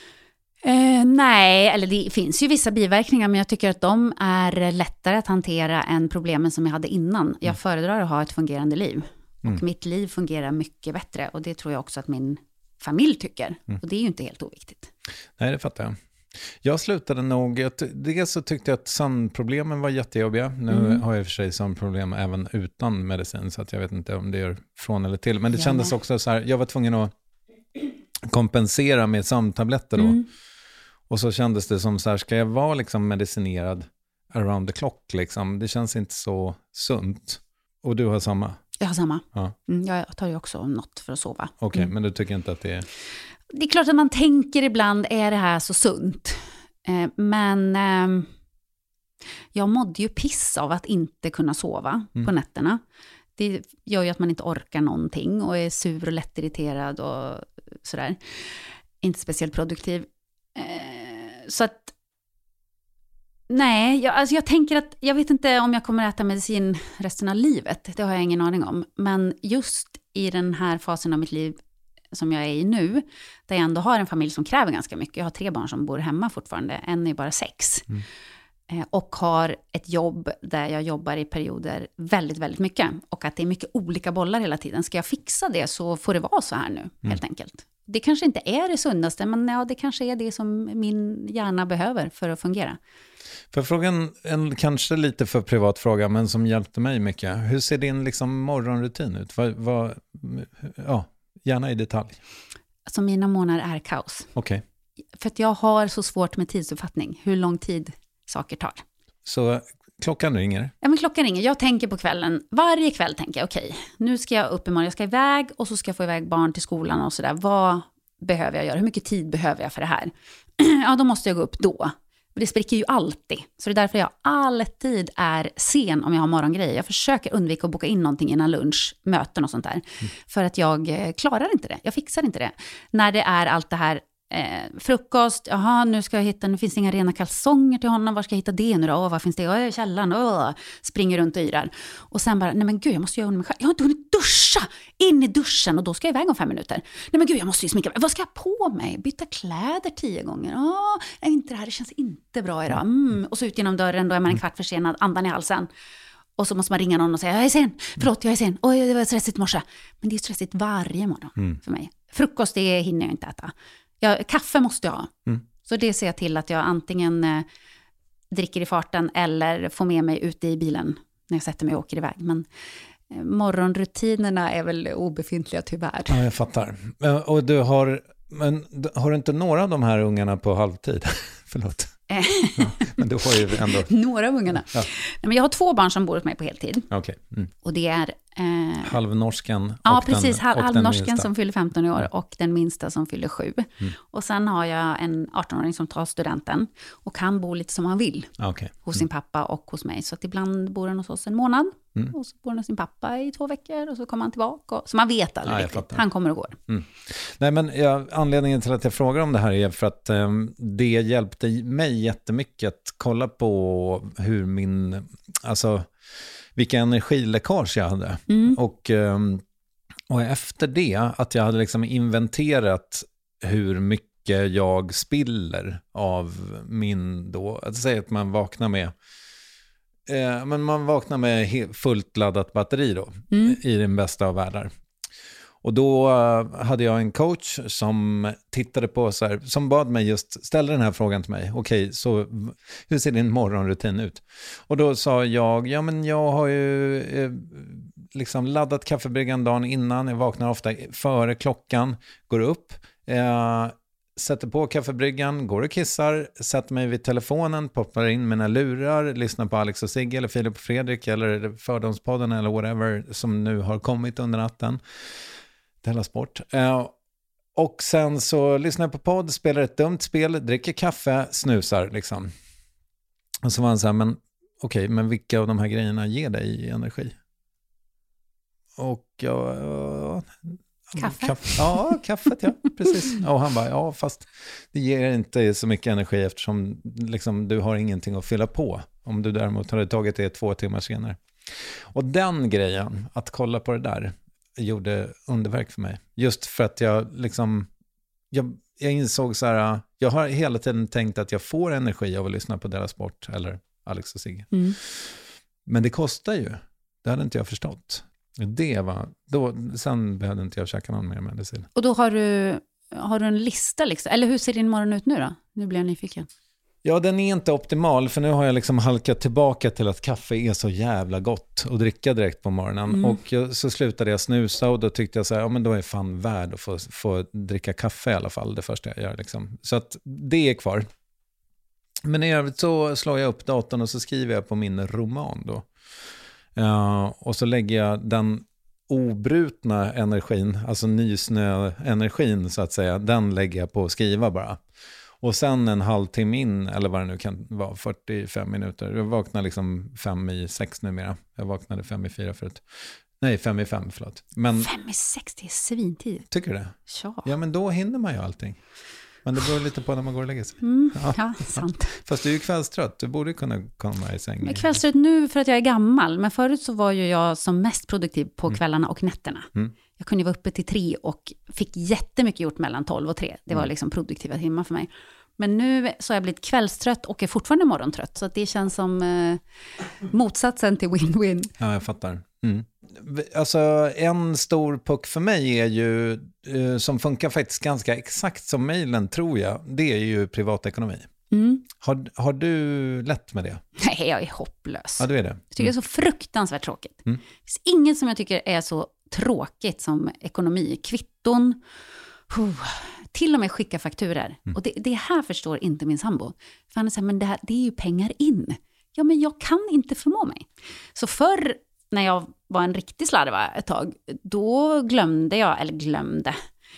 Eh, nej, eller det finns ju vissa biverkningar, men jag tycker att de är lättare att hantera än problemen som jag hade innan. Jag mm. föredrar att ha ett fungerande liv. Och mm. mitt liv fungerar mycket bättre, och det tror jag också att min familj tycker. Mm. Och det är ju inte helt oviktigt. Nej, det fattar jag. Jag slutade nog, dels så tyckte jag att sömnproblemen var jättejobbiga. Nu mm. har jag i och för sig sömnproblem även utan medicin, så att jag vet inte om det gör från eller till. Men det ja, kändes nej. också så här, jag var tvungen att kompensera med sömntabletter då. Mm. Och så kändes det som så här, ska jag vara liksom medicinerad around the clock liksom? Det känns inte så sunt. Och du har samma? Jag har samma. Ja. Mm, jag tar ju också något för att sova. Okej, okay, mm. men du tycker inte att det är... Det är klart att man tänker ibland, är det här så sunt? Eh, men eh, jag mådde ju piss av att inte kunna sova mm. på nätterna. Det gör ju att man inte orkar någonting och är sur och lättirriterad och sådär. Inte speciellt produktiv. Eh, så att nej, jag, alltså jag tänker att jag vet inte om jag kommer att äta medicin resten av livet. Det har jag ingen aning om. Men just i den här fasen av mitt liv som jag är i nu, där jag ändå har en familj som kräver ganska mycket. Jag har tre barn som bor hemma fortfarande. En är bara sex. Mm. Eh, och har ett jobb där jag jobbar i perioder väldigt, väldigt mycket. Och att det är mycket olika bollar hela tiden. Ska jag fixa det så får det vara så här nu, mm. helt enkelt. Det kanske inte är det sundaste, men ja, det kanske är det som min hjärna behöver för att fungera. För frågan, en kanske lite för privat fråga, men som hjälpte mig mycket. Hur ser din liksom morgonrutin ut? Vad, vad, ja, gärna i detalj. Alltså mina månader är kaos. Okej. Okay. För att jag har så svårt med tidsuppfattning. Hur lång tid saker tar. Så klockan ringer? Ja, men klockan ringer. Jag tänker på kvällen. Varje kväll tänker jag, okej, okay, nu ska jag upp imorgon. Jag ska iväg och så ska jag få iväg barn till skolan och sådär. Vad behöver jag göra? Hur mycket tid behöver jag för det här? Ja, då måste jag gå upp då. Det spricker ju alltid. Så det är därför jag alltid är sen om jag har morgongrejer. Jag försöker undvika att boka in någonting innan lunch, möten och sånt där. Mm. För att jag klarar inte det. Jag fixar inte det. När det är allt det här eh, frukost. Jaha, nu ska jag hitta, nu finns det inga rena kalsonger till honom. Var ska jag hitta det nu då? Åh, var finns det? Åh, källaren. Åh, springer runt och yrar. Och sen bara, nej men gud, jag måste göra under mig själv. Jag har inte hunnit duscha. In i duschen och då ska jag iväg om fem minuter. Nej men gud, jag måste ju sminka mig. Vad ska jag på mig? Byta kläder tio gånger. Åh, är inte det här, det känns inte bra idag. Mm. Och så ut genom dörren, då är man en kvart försenad, andan i halsen. Och så måste man ringa någon och säga, jag är sen. Förlåt, jag är sen. Oj, det var stressigt i morse. Men det är stressigt varje morgon mm. för mig. Frukost, det hinner jag inte äta. Jag, kaffe måste jag ha. Mm. Så det ser jag till att jag antingen eh, dricker i farten eller får med mig ute i bilen när jag sätter mig och åker iväg. Men eh, morgonrutinerna är väl obefintliga tyvärr. Ja, jag fattar. Och du har, men, har du inte några av de här ungarna på halvtid? Förlåt. Ja, men du har ju ändå... Några av ungarna. Ja. Nej, men jag har två barn som bor hos mig på heltid. Okay. Mm. Och det är... Eh... Halvnorskan. Ja, precis. Den, halvnorskan som fyller femton år och den minsta som fyller sju. Mm. Och sen har jag en arton-åring som tar studenten. Och han bor lite som han vill. Okay. Hos sin pappa och hos mig. Så att ibland bor han hos oss en månad. Mm. Och så bor han hos sin pappa i två veckor. Och så kommer han tillbaka. Och... Så man vet aldrig ja, riktigt. Han kommer och går. Mm. Nej, men ja, anledningen till att jag frågar om det här är för att um, det hjälpte mig jättemycket att kolla på hur min... Alltså... vilka energiläckage jag hade. Mm. Och, och efter det, att jag hade liksom inventerat hur mycket jag spiller av min då, att säga att man vaknar med eh, men man vaknar med fullt laddat batteri då, mm. i den bästa av världar. Och då hade jag en coach som tittade på så här, som bad mig just ställa den här frågan till mig. Okej, okay, så hur ser din morgonrutin ut? Och då sa jag, ja men jag har ju eh, liksom laddat kaffebryggan dagen innan. Jag vaknar ofta före klockan, går upp, eh, sätter på kaffebryggan, går och kissar, sätter mig vid telefonen, poppar in mina lurar, lyssnar på Alex och Sigge eller Filip och Fredrik eller Fördomspodden eller whatever som nu har kommit under natten. Della Sport. Uh, och sen så lyssnar jag på podd, spelar ett dumt spel, dricker kaffe, snusar liksom. Och så var han så här, men okej, okay, men vilka av de här grejerna ger dig energi? Och jag... Uh, Kaffe? Kaff, ja, kaffet, ja, precis. Och han bara, ja, fast det ger inte så mycket energi eftersom liksom, du har ingenting att fylla på. Om du däremot har tagit det två timmar senare. Och den grejen, att kolla på det där, gjorde underverk för mig. Just för att jag liksom jag, jag insåg så här, jag har hela tiden tänkt att jag får energi av att lyssna på Della Sport eller Alex och Sigge. Mm. Men det kostar ju. Det hade inte jag förstått. Det var då, sen behövde inte jag käka någon mer medicin. Och då har du har du en lista liksom, eller hur ser din morgon ut nu då? Nu blir jag nyfiken. Ja, den är inte optimal för nu har jag liksom halkat tillbaka till att kaffe är så jävla gott att dricka direkt på morgonen. Mm. Och jag, så slutade jag snusa och då tyckte jag så här, ja men då är jag fan värd att få, få dricka kaffe i alla fall, det första jag gör liksom. Så att det är kvar. Men i övrigt så slår jag upp datorn och så skriver jag på min roman då. Uh, och så lägger jag den obrutna energin, alltså nysnö-energin så att säga, den lägger jag på att skriva bara. Och sen en halvtimme in, eller vad det nu kan vara, fyrtiofem minuter. Jag vaknar liksom fem i sex numera. Jag vaknade fem i fyra förut. Nej, fem i fem, förlåt. Men, fem i sex, det är svintid. Tycker du det? Ja. Ja, men då hinner man ju allting. Men det beror lite på när man går och lägger sig. Mm, ja. ja, sant. Fast du är ju kvällstrött. Du borde kunna komma i säng. Jag är kvällstrött nu för att jag är gammal. Men förut så var ju jag som mest produktiv på mm. kvällarna och nätterna. Mm. Jag kunde vara uppe till tre och fick jättemycket gjort mellan tolv och tre. Det var liksom produktiva timmar för mig. Men nu så har jag blivit kvällstrött och är fortfarande morgontrött. Så att det känns som eh, motsatsen till win-win. Ja, jag fattar. Mm. Alltså en stor puck för mig är ju, eh, som funkar faktiskt ganska exakt som mejlen tror jag, det är ju privatekonomi. Mm. Har, har du lätt med det? Nej, jag är hopplös. Ja, du är det. Jag tycker mm. det är så fruktansvärt tråkigt. Mm. Det finns inget som jag tycker är så tråkigt som ekonomi. Kvitton, huh, till och med skicka fakturer. Mm. Och det, det här förstår inte min sambo. För han är så här, men det här, det är ju pengar in. Ja, men jag kan inte förmå mig. Så förr när jag var en riktig slarva ett tag, då glömde jag, eller glömde,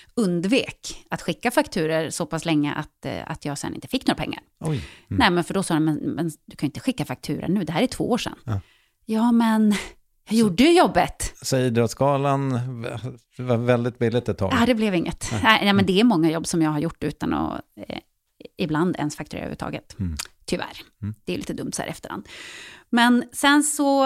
undvek att skicka fakturer så pass länge att, att jag sen inte fick några pengar. Oj. Mm. Nej, men för då sa han, men, men du kan inte skicka fakturer nu, det här är två år sedan. Ja, ja men jag så, gjorde ju jobbet. Så idrottsskalan var väldigt billigt ett tag? Ja, det blev inget. Nej. Nej, nej, men det är många jobb som jag har gjort utan att eh, ibland ens fakturera överhuvudtaget. Mm. Tyvärr. Mm. Det är lite dumt så här efterhand. Men sen så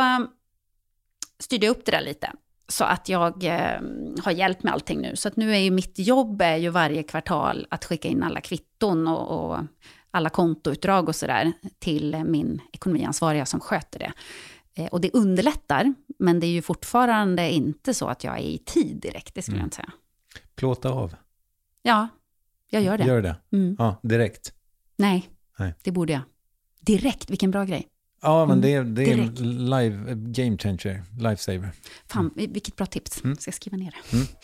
styrde jag upp det där lite. Så att jag eh, har hjälp med allting nu. Så att nu är ju mitt jobb är ju varje kvartal att skicka in alla kvitton och, och alla kontoutdrag och sådär till min ekonomiansvariga som sköter det. Eh, och det underlättar, men det är ju fortfarande inte så att jag är i tid direkt, det skulle mm. jag inte säga. Plåta av. Ja, jag gör det. Gör det? Mm. Ja, direkt? Nej, Nej, det borde jag. Direkt, vilken bra grej. Ja, men det är, det är en live, game changer, lifesaver. Fan, mm. vilket bra tips. Mm. Ska jag skriva ner det? Mm.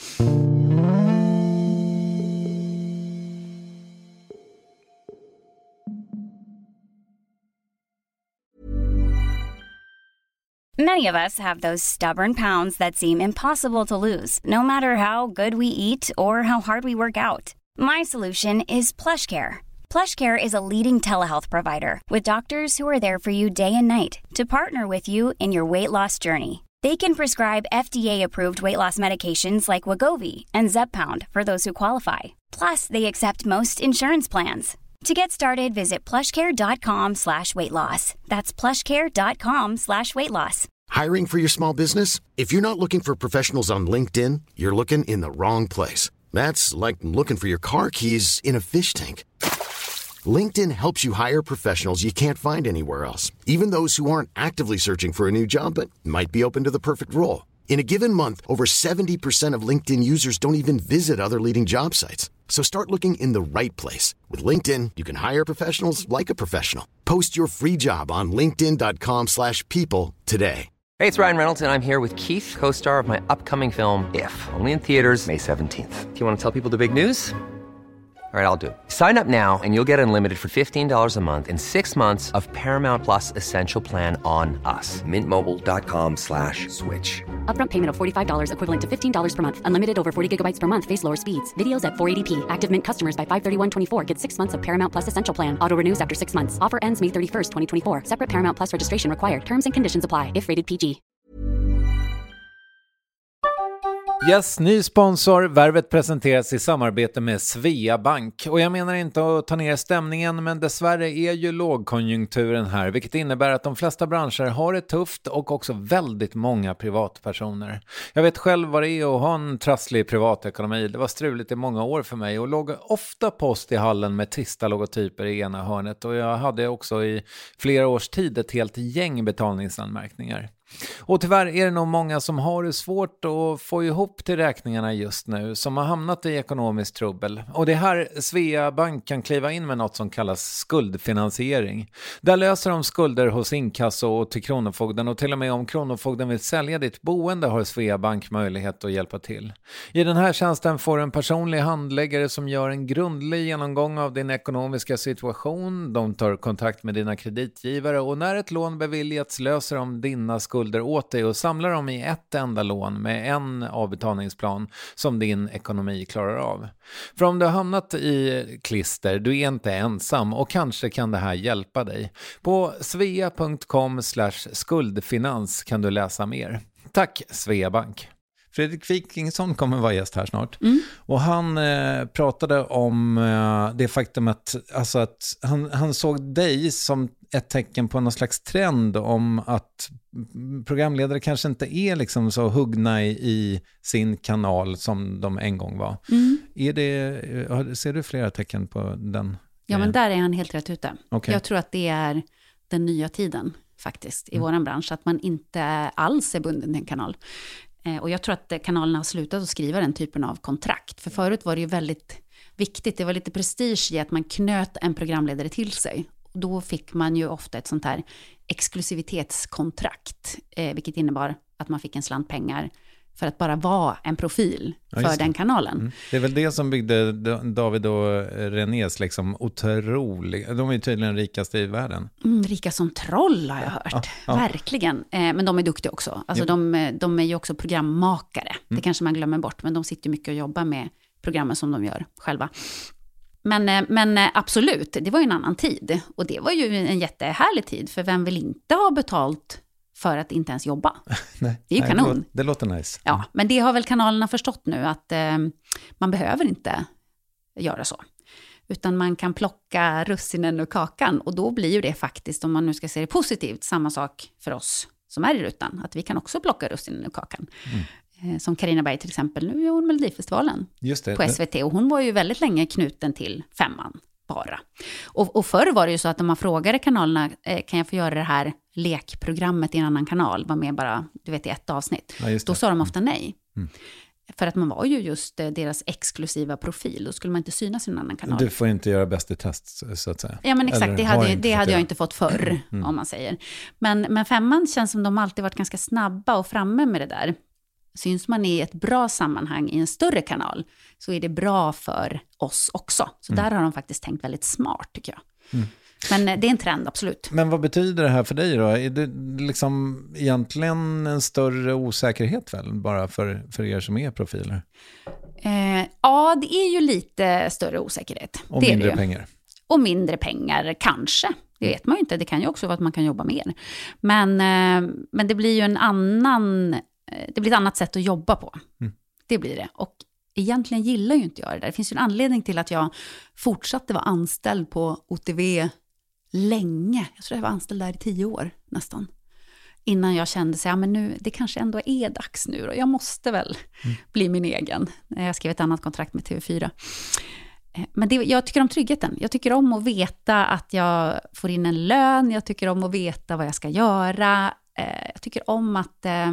Many of us have those stubborn pounds that seem impossible to lose, no matter how good we eat or how hard we work out. My solution is PlushCare. PlushCare is a leading telehealth provider with doctors who are there for you day and night to partner with you in your weight loss journey. They can prescribe F D A-approved weight loss medications like Wegovy and Zepbound for those who qualify. Plus, they accept most insurance plans. To get started, visit plushcare.com slash weight loss. That's plushcare.com slash weight loss. Hiring for your small business? If you're not looking for professionals on LinkedIn, you're looking in the wrong place. That's like looking for your car keys in a fish tank. LinkedIn helps you hire professionals you can't find anywhere else, even those who aren't actively searching for a new job but might be open to the perfect role. In a given month, over seventy percent of LinkedIn users don't even visit other leading job sites. So start looking in the right place. With LinkedIn, you can hire professionals like a professional. Post your free job on linkedin dot com slash people today. Hey, it's Ryan Reynolds, and I'm here with Keith, co-star of my upcoming film, If, only in theaters May seventeenth. Do you want to tell people the big news? All right, I'll do it. Sign up now and you'll get unlimited for fifteen dollars a month and six months of Paramount Plus Essential Plan on us. Mint Mobile dot com slash switch. Upfront payment of forty-five dollars equivalent to fifteen dollars per month. Unlimited over forty gigabytes per month. Face lower speeds. Videos at four eighty p. Active Mint customers by five thirty-one twenty-four get six months of Paramount Plus Essential Plan. Auto renews after six months. Offer ends May thirty-first, twenty twenty-four. Separate Paramount Plus registration required. Terms and conditions apply if rated P G. Yes, ny sponsor. Värvet presenteras i samarbete med Svea Bank. Och jag menar inte att ta ner stämningen, men dessvärre är ju lågkonjunkturen här, vilket innebär att de flesta branscher har det tufft och också väldigt många privatpersoner. Jag vet själv vad det är att ha en trasslig privatekonomi. Det var struligt i många år för mig och låg ofta post i hallen med trista logotyper i ena hörnet. Och jag hade också i flera års tid ett helt gäng betalningsanmärkningar. Och tyvärr är det nog många som har det svårt att få ihop till räkningarna just nu, som har hamnat i ekonomisk trubbel. Och det här Svea Bank kan kliva in med något som kallas skuldfinansiering. Där löser de skulder hos inkasso och till Kronofogden, och till och med om Kronofogden vill sälja ditt boende har Svea Bank möjlighet att hjälpa till. I den här tjänsten får du en personlig handläggare som gör en grundlig genomgång av din ekonomiska situation. De tar kontakt med dina kreditgivare och när ett lån beviljats löser de dina skulder åt dig och samlar dem i ett enda lån med en avbetalningsplan som din ekonomi klarar av. För om du har hamnat i klister, du är inte ensam och kanske kan det här hjälpa dig. På svea punkt com slash skuldfinans kan du läsa mer. Tack Svea Bank. Fredrik Wikingsson kommer vara gäst här snart. Mm. Och han eh, pratade om eh, det faktum att, alltså att han, han såg dig som ett tecken på någon slags trend om att programledare kanske inte är liksom så huggna i, i sin kanal som de en gång var. Mm. Är det, ser du flera tecken på den? Ja, men där är han helt rätt ute. Okay. Jag tror att det är den nya tiden faktiskt i mm. våran bransch, att man inte alls är bunden till en kanal. Och jag tror att kanalerna har slutat att skriva den typen av kontrakt. För förut var det ju väldigt viktigt, det var lite prestige i att man knöt en programledare till sig. Och då fick man ju ofta ett sånt här exklusivitetskontrakt, eh, vilket innebar att man fick en slant pengar för att bara vara en profil för ja, den kanalen. Mm. Det är väl det som byggde David och Renés liksom otroliga. De är tydligen rikaste i världen. Mm, rika som troll har jag hört. Ja, ja. Verkligen. Eh, men de är duktiga också. Alltså ja. de, de är ju också programmakare. Mm. Det kanske man glömmer bort. Men de sitter mycket och jobbar med programmen som de gör själva. Men, men absolut, det var ju en annan tid. Och det var ju en jättehärlig tid. För vem vill inte ha betalt för att inte ens jobba? Nej, det är ju nej, kanon. Det låter, det låter nice. Ja, men det har väl kanalerna förstått nu. Att eh, man behöver inte göra så. Utan man kan plocka russinen ur kakan. Och då blir ju det faktiskt, om man nu ska se det positivt, samma sak för oss som är i rutan. Att vi kan också plocka russinen ur kakan. Mm. Som Carina Berg till exempel, nu är hon Melodifestivalen Just det, på S V T. Och hon var ju väldigt länge knuten till femman bara. Och, och förr var det ju så att om man frågade kanalerna, eh, kan jag få göra det här lekprogrammet i en annan kanal, var med bara, du vet, i ett avsnitt. Ja, då sa de ofta nej. Mm. För att man var ju just eh, deras exklusiva profil. Då skulle man inte synas i en annan kanal. Du får inte göra bäst i test, så att säga. Ja, men exakt. Eller det hade, det hade jag inte fått förr, mm. om man säger. Men, men femman känns som de alltid varit ganska snabba och framme med det där. Syns man i ett bra sammanhang i en större kanal så är det bra för oss också. Så mm. där har de faktiskt tänkt väldigt smart, tycker jag. Mm. Men det är en trend, absolut. Men vad betyder det här för dig då? Är det liksom egentligen en större osäkerhet väl bara för, för er som är profiler? Eh, ja, det är ju lite större osäkerhet. Och det mindre är det. pengar. Och mindre pengar, kanske. Det vet man ju inte. Det kan ju också vara att man kan jobba mer. Men, eh, men det blir ju en annan... Det blir ett annat sätt att jobba på. Mm. Det blir det. Och egentligen gillar ju inte jag det där. Det finns ju en anledning till att jag fortsatte vara anställd på O T V länge. Jag tror jag var anställd där i tio år nästan. innan jag kände sig, ja men nu, det kanske ändå är dags nu och jag måste väl mm. bli min egen. Jag skrev ett annat kontrakt med T V fyra. Men det, jag tycker om tryggheten. Jag tycker om att veta att jag får in en lön. Jag tycker om att veta vad jag ska göra. Jag tycker om att eh,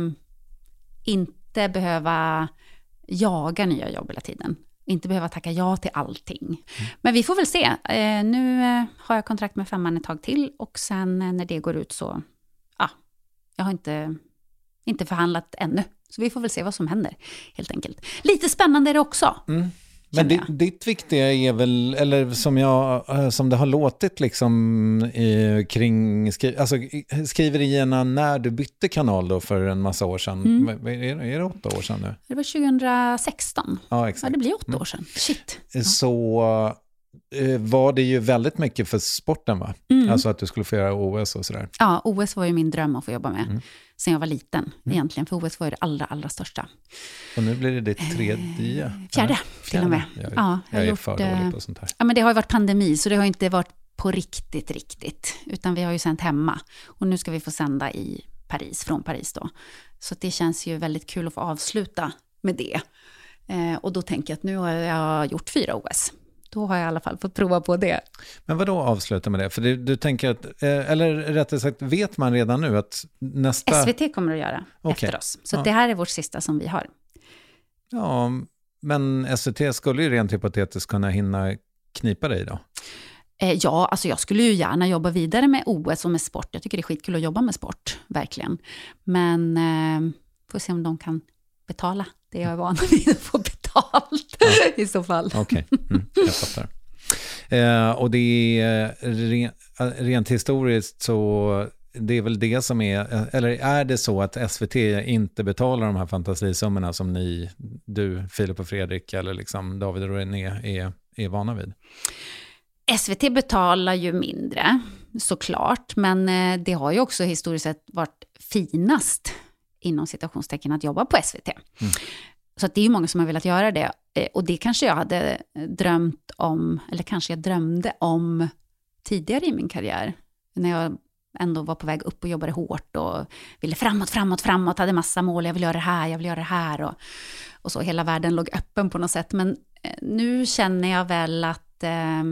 inte behöva jaga nya jobb hela tiden. Inte behöva tacka ja till allting. Mm. Men vi får väl se. Eh, nu eh, har jag kontrakt med Femman ett tag till. Och sen eh, när det går ut så... Ja, ah, jag har inte, inte förhandlat ännu. Så vi får väl se vad som händer, helt enkelt. Lite spännande är det också. Mm. Men ditt, ditt viktiga är väl, eller som, jag, som det har låtit liksom i, kring skri, alltså, skriverierna när du bytte kanal då för en massa år sedan. Mm. Är, är det åtta år sedan nu? Det var tjugohundrasexton. Ja, exakt. Ja, det blir åtta år sedan. Shit. Ja. Så var det ju väldigt mycket för sporten, va? Mm. Alltså att du skulle få göra O S och sådär. Ja, O S var ju min dröm att få jobba med. Mm. Sen jag var liten, mm. egentligen. För O S var ju det allra, allra största. Och nu blir det ditt tredje? Eh, fjärde, till och med. Jag, ja, jag, jag är gjort, för dålig på sånt här. Ja, men det har ju varit pandemi, så det har inte varit på riktigt, riktigt. Utan vi har ju sänt hemma. Och nu ska vi få sända i Paris, från Paris då. Så det känns ju väldigt kul att få avsluta med det. Eh, och då tänker jag att nu har jag gjort fyra O S. Då har jag i alla fall fått prova på det. Men vad då avsluta med det? För du, du tänker att, eller rättare sagt, vet man redan nu att nästa... S V T kommer att göra okay. efter oss. Så ja. Det här är vårt sista som vi har. Ja, men S V T skulle ju rent hypotetiskt kunna hinna knipa dig då? Eh, ja, alltså jag skulle ju gärna jobba vidare med O S och med sport. Jag tycker det är skitkul att jobba med sport, verkligen. Men eh, får se om de kan betala det jag är van vid att få betalt ja. i så fall. Okej, okay. mm, jag fattar. Eh, och det är rent, rent historiskt så det är väl det som är, eller är det så att S V T inte betalar de här fantasisummorna som ni, du, Filip och Fredrik eller liksom David och René är, är vana vid? S V T betalar ju mindre, såklart, men det har ju också historiskt sett varit finast inom citationstecken att jobba på S V T. Mm. Så att det är ju många som har velat göra det. Och det kanske jag hade drömt om, eller kanske jag drömde om tidigare i min karriär. När jag ändå var på väg upp och jobbade hårt och ville framåt, framåt, framåt. Hade massa mål, jag vill göra det här, jag vill göra det här. Och, och så hela världen låg öppen på något sätt. Men nu känner jag väl att... Eh,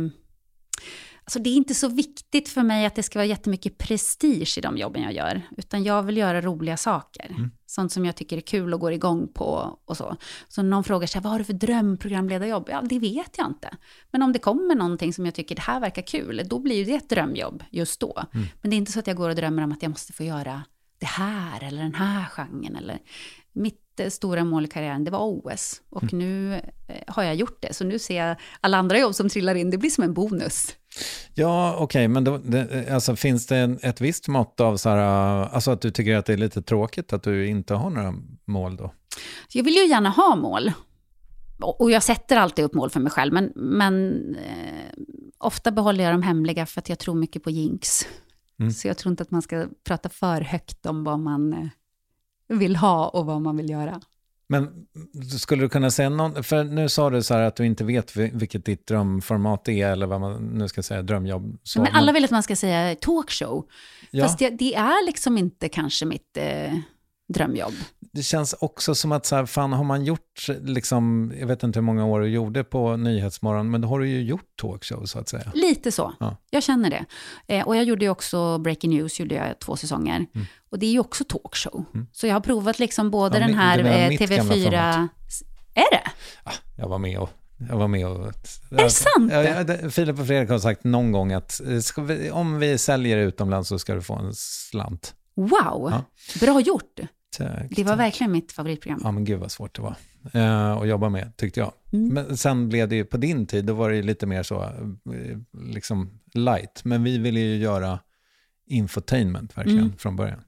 Alltså det är inte så viktigt för mig att det ska vara jättemycket prestige i de jobben jag gör. Utan jag vill göra roliga saker. Mm. Sånt som jag tycker är kul och går igång på och så. Så någon frågar sig, vad har du för drömprogramledarjobb? Ja, det vet jag inte. Men om det kommer någonting som jag tycker det här verkar kul, då blir det ett drömjobb just då. Mm. Men det är inte så att jag går och drömmer om att jag måste få göra det här eller den här genren. Eller mitt stora mål i karriären, det var O S. Och mm. nu har jag gjort det. Så nu ser jag alla andra jobb som trillar in, det blir som en bonus. Ja, okej, okay, men då, det, alltså, finns det ett visst mått av så här, alltså att du tycker att det är lite tråkigt att du inte har några mål då? Jag vill ju gärna ha mål. Och jag sätter alltid upp mål för mig själv, men, men eh, ofta behåller jag dem hemliga för att jag tror mycket på jinx. Mm. Så jag tror inte att man ska prata för högt om vad man eh, vill ha och vad man vill göra. Men skulle du kunna säga någon, för nu sa du så här att du inte vet vilket ditt drömformat är eller vad man nu ska säga, drömjobb. Så men alla vill att man ska säga talkshow. Ja. Fast det, det är liksom inte kanske mitt eh, drömjobb. Det känns också som att så här, fan har man gjort liksom, jag vet inte hur många år du gjorde på Nyhetsmorgon, men då har du ju gjort talkshow så att säga. Lite så, ja. Jag känner det. Eh, och jag gjorde ju också Breaking News, gjorde jag två säsonger. Mm. Och det är ju också talkshow. Mm. Så jag har provat liksom både ja, den här eh, T V fyra... Är det? Ja, jag var med och... Jag var med och... Är det sant? Ja, ja, Filip och Fredrik har sagt någon gång att ska vi, om vi säljer utomlands så ska du få en slant. Wow, ja. Bra gjort. Tack, det var tack. Verkligen mitt favoritprogram. Ja, men gud vad svårt det var uh, att jobba med, tyckte jag. Mm. Men sen blev det ju, på din tid, då var det ju lite mer så uh, liksom light. Men vi ville ju göra infotainment verkligen mm. från början.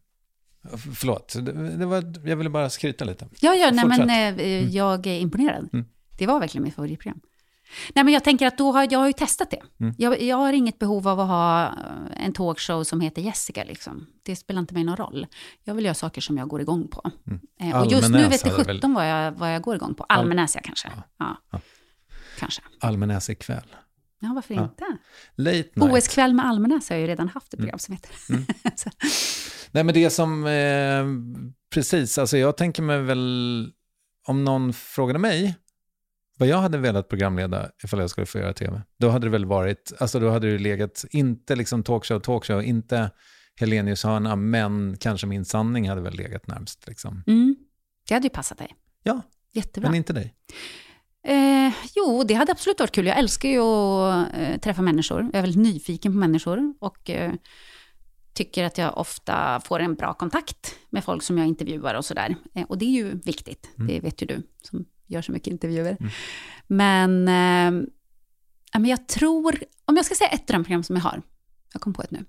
Förlåt, det, det var, jag ville bara skryta lite. Ja, ja nej, men eh, mm. jag är imponerad. Mm. Det var verkligen mitt favoritprogram. Nej, men jag tänker att då har jag har ju testat det. Mm. Jag, jag har inget behov av att ha en talkshow som heter Jessica. Liksom. Det spelar inte mig någon roll. Jag vill göra saker som jag går igång på. Mm. Eh, och just nu vet det sjutton vad jag, vad jag går igång på. Allmänäs jag kanske. Ja. Ja. Ja. Kanske. Allmänäs ikväll. Ja, varför ja. inte? Late night. O S-kväll med Almenäs har jag ju redan haft ett program mm. som heter. Mm. Nej, men det som, eh, precis, alltså jag tänker mig väl, om någon frågade mig vad jag hade velat programleda ifall jag skulle få göra tv, då hade det väl varit, alltså då hade det legat, inte liksom talkshow, talkshow, inte Helenius hörna, men kanske Min sanning hade väl legat närmast liksom. Mm. Det hade ju passat dig. Ja, jättebra. Men inte dig. Eh, jo, det hade absolut varit kul. Jag älskar ju att eh, träffa människor. Jag är väldigt nyfiken på människor och eh, tycker att jag ofta får en bra kontakt med folk som jag intervjuar och sådär. Eh, och det är ju viktigt. Mm. Det vet ju du som gör så mycket intervjuer. Mm. Men, eh, ja, men jag tror, om jag ska säga ett drömprogram som jag har, jag kom på ett nu.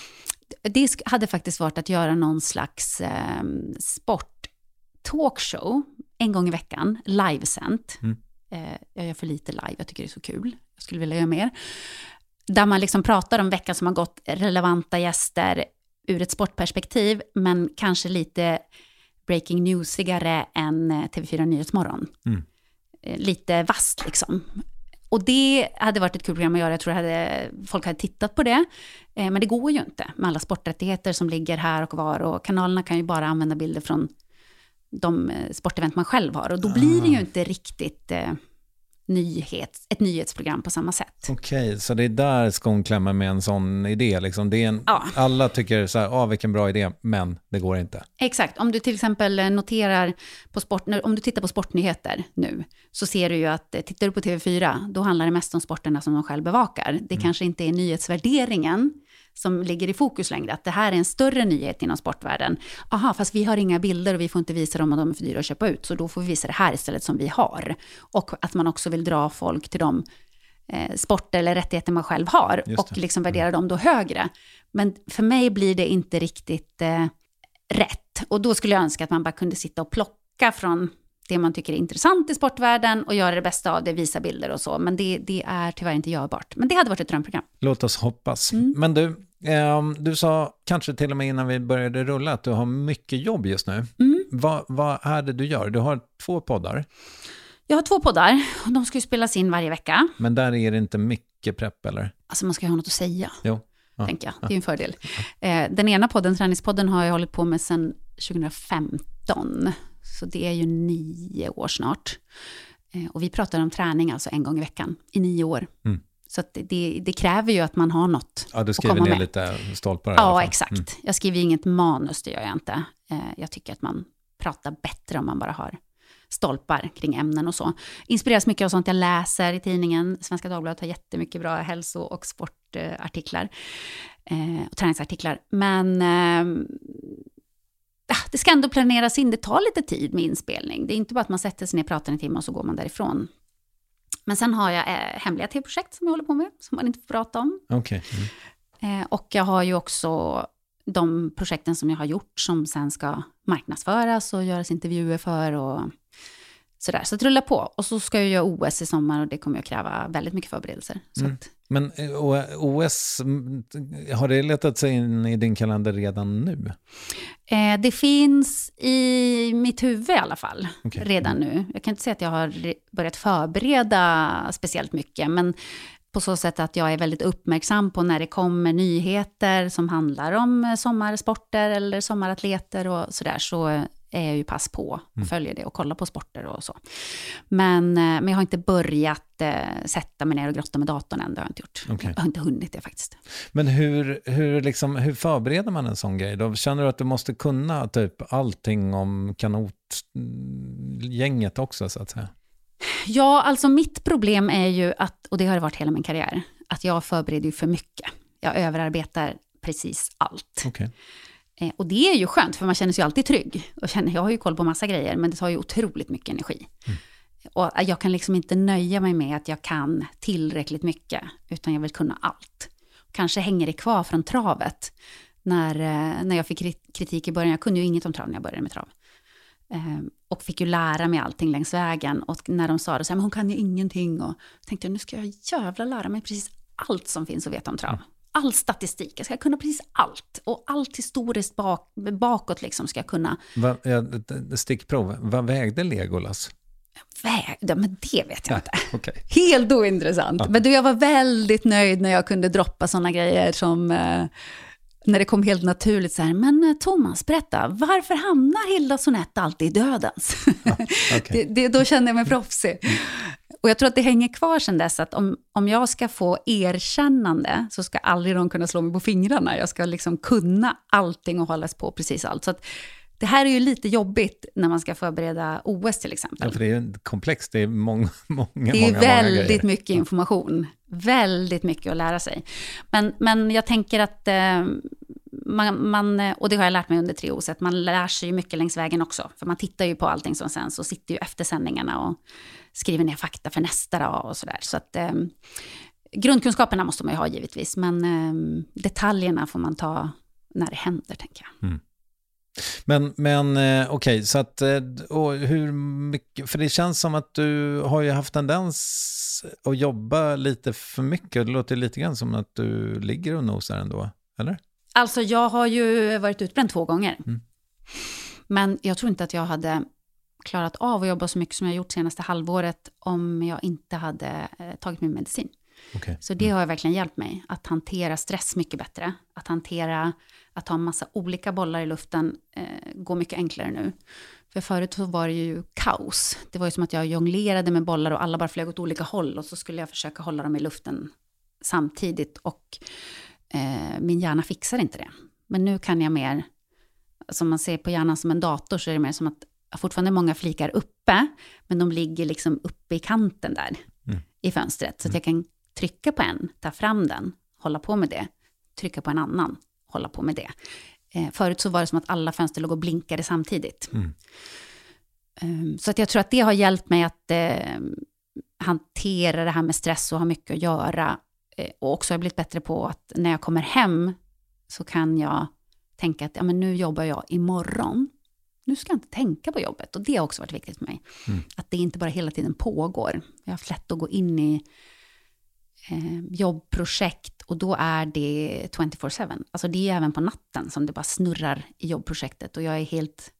Det hade faktiskt varit att göra någon slags eh, sport talkshow en gång i veckan, livesänt. Mm. Eh, jag gör för lite live, jag tycker det är så kul. Jag skulle vilja göra mer. Där man liksom pratar om veckan som har gått, relevanta gäster ur ett sportperspektiv, men kanske lite breaking newsigare än T V fyra Nyhetsmorgon. Mm. Eh, lite vast liksom. Och det hade varit ett kul program att göra. Jag tror att folk hade tittat på det. Eh, men det går ju inte med alla sporträttigheter som ligger här och var. Och kanalerna kan ju bara använda bilder från de sportevent man själv har. Och då blir det ju inte riktigt eh, nyhets, ett nyhetsprogram på samma sätt. Okej, okay, så det är där skon klämmer med en sån idé. Liksom. Det är en, ja. Alla tycker så här, ah, vilken bra idé, men det går inte. Exakt, om du till exempel noterar på sport, om du tittar på sportnyheter nu, så ser du ju att tittar du på T V fyra, då handlar det mest om sporterna som de själv bevakar. Det mm. kanske inte är nyhetsvärderingen som ligger i fokus längre, att det här är en större nyhet inom sportvärlden. Aha, fast vi har inga bilder och vi får inte visa dem och de är för dyra att köpa ut, så då får vi visa det här istället som vi har. Och att man också vill dra folk till de eh, sporter eller rättigheter man själv har och liksom värdera mm. dem då högre. Men för mig blir det inte riktigt eh, rätt. Och då skulle jag önska att man bara kunde sitta och plocka från det man tycker är intressant i sportvärlden och göra det bästa av det, visa bilder och så. Men det, det är tyvärr inte görbart. Men det hade varit ett drömprogram. Låt oss hoppas. Mm. Men du, eh, du sa kanske till och med innan vi började rulla att du har mycket jobb just nu. Mm. Vad, vad är det du gör? Du har två poddar. Jag har två poddar och de ska ju spelas in varje vecka. Men där är det inte mycket prepp, eller? Alltså man ska ju ha något att säga. Jo. Ja. Tänker jag. Det är ju en fördel. Eh, den ena podden, Träningspodden, har jag hållit på med sedan tjugohundrafemton. Så det är ju nio år snart. Eh, och vi pratar om träning alltså en gång i veckan i nio år. Mm. Så att det, det kräver ju att man har något. Ja, du skriver ner lite stolpar. Ja, exakt. Mm. Jag skriver inget manus, det gör jag inte. Eh, jag tycker att man pratar bättre om man bara har stolpar kring ämnen och så. Inspireras mycket av sånt jag läser i tidningen. Svenska Dagbladet har jättemycket bra hälso- och sportartiklar. Eh, och träningsartiklar. Men eh, det ska ändå planeras in. Det tar lite tid med inspelning. Det är inte bara att man sätter sig ner, pratar en timme och så går man därifrån. Men sen har jag eh, hemliga tv-projekt som jag håller på med. Som man inte får prata om. Okay. Mm. Eh, och jag har ju också de projekten som jag har gjort som sen ska marknadsföras och göras intervjuer för och sådär. Så att rulla på. Och så ska jag göra O S i sommar och det kommer att kräva väldigt mycket förberedelser. Så mm. att... Men O S, har det letat sig in i din kalender redan nu? Eh, det finns i mitt huvud i alla fall, okay. redan nu. Jag kan inte säga att jag har börjat förbereda speciellt mycket, men på så sätt att jag är väldigt uppmärksam på när det kommer nyheter som handlar om sommarsporter eller sommaratleter och sådär, så är jag ju pass på och mm. följer det och kollar på sporter och så. Men, men jag har inte börjat eh, sätta mig ner och grotta med datorn än, det har jag inte gjort. Okay. Jag har inte hunnit det faktiskt. Men hur, hur, liksom, hur förbereder man en sån grej då? Känner du att du måste kunna typ allting om kanotgänget också så att säga? Ja, alltså mitt problem är ju att, och det har det varit hela min karriär, att jag förbereder ju för mycket. Jag överarbetar precis allt. Okay. Eh, och det är ju skönt, för man känner sig alltid trygg. Och känner, jag har ju koll på massa grejer, men det tar ju otroligt mycket energi. Mm. Och jag kan liksom inte nöja mig med att jag kan tillräckligt mycket, utan jag vill kunna allt. Kanske hänger det kvar från travet. När, när jag fick kritik i början, jag kunde ju inget om trav när jag började med trav. Eh, och fick ju lära mig allting längs vägen. Och när de sa det så här, men hon kan ju ingenting. Och tänkte jag, nu ska jag jävla lära mig precis allt som finns att veta om trav. Mm. All statistik, jag ska kunna precis allt. Och allt historiskt bak, bakåt liksom ska jag kunna. Va, ja, stickprov, vad vägde Legolas? väg, ja, men det vet jag inte. Okay. Helt ointressant. Ja. Men du, jag var väldigt nöjd när jag kunde droppa sådana grejer som... Eh, när det kom helt naturligt så här, men Thomas, berätta, varför hamnar Hilda Sonett alltid i dödens? Ja, okay. det, det, då kände jag mig proffsig. Och jag tror att det hänger kvar sedan dess att om, om jag ska få erkännande så ska aldrig de kunna slå mig på fingrarna. Jag ska liksom kunna allting och hållas på precis allt. Så att det här är ju lite jobbigt när man ska förbereda O S till exempel. Ja, för det är komplext, det är många, många, många Det är många, väldigt många mycket information. Väldigt mycket att lära sig. Men, men jag tänker att eh, man, man, och det har jag lärt mig under tre år, att man lär sig ju mycket längs vägen också. För man tittar ju på allting som sen så sitter ju efter sändningarna och skriver ner fakta för nästa dag och sådär. Så att eh, grundkunskaperna måste man ju ha givetvis, men eh, detaljerna får man ta när det händer, tänker jag. Mm. Men, men okej, okay, så att och hur mycket, för det känns som att du har ju haft tendens att jobba lite för mycket. Det låter lite grann som att du ligger och nosar ändå, eller? Alltså jag har ju varit utbränd två gånger. Mm. Men jag tror inte att jag hade klarat av att jobba så mycket som jag gjort senaste halvåret om jag inte hade eh, tagit min medicin. Okay. Så det har verkligen hjälpt mig att hantera stress mycket bättre. Att hantera, att ha en massa olika bollar i luften eh, går mycket enklare nu. För förut så var det ju kaos. Det var ju som att jag jonglerade med bollar och alla bara flög åt olika håll. Och så skulle jag försöka hålla dem i luften samtidigt. Och eh, min hjärna fixar inte det. Men nu kan jag mer, som man ser på hjärnan som en dator, så är det mer som att fortfarande många flikar uppe. Men de ligger liksom uppe i kanten där mm. i fönstret. Så att jag kan trycka på en, ta fram den, hålla på med det. Trycka på en annan, hålla på med det. Eh, förut så var det som att alla fönster låg och blinkade samtidigt. Mm. Um, så att jag tror att det har hjälpt mig att eh, hantera det här med stress och ha mycket att göra. Eh, och också har jag blivit bättre på att när jag kommer hem så kan jag tänka att ja, men nu jobbar jag imorgon. Nu ska jag inte tänka på jobbet. Och det har också varit viktigt för mig. Mm. Att det inte bara hela tiden pågår. Jag har haft lätt att gå in i eh, jobbprojekt. Och då är det tjugofyra sju. Alltså det är även på natten som det bara snurrar i jobbprojektet. Och jag är helt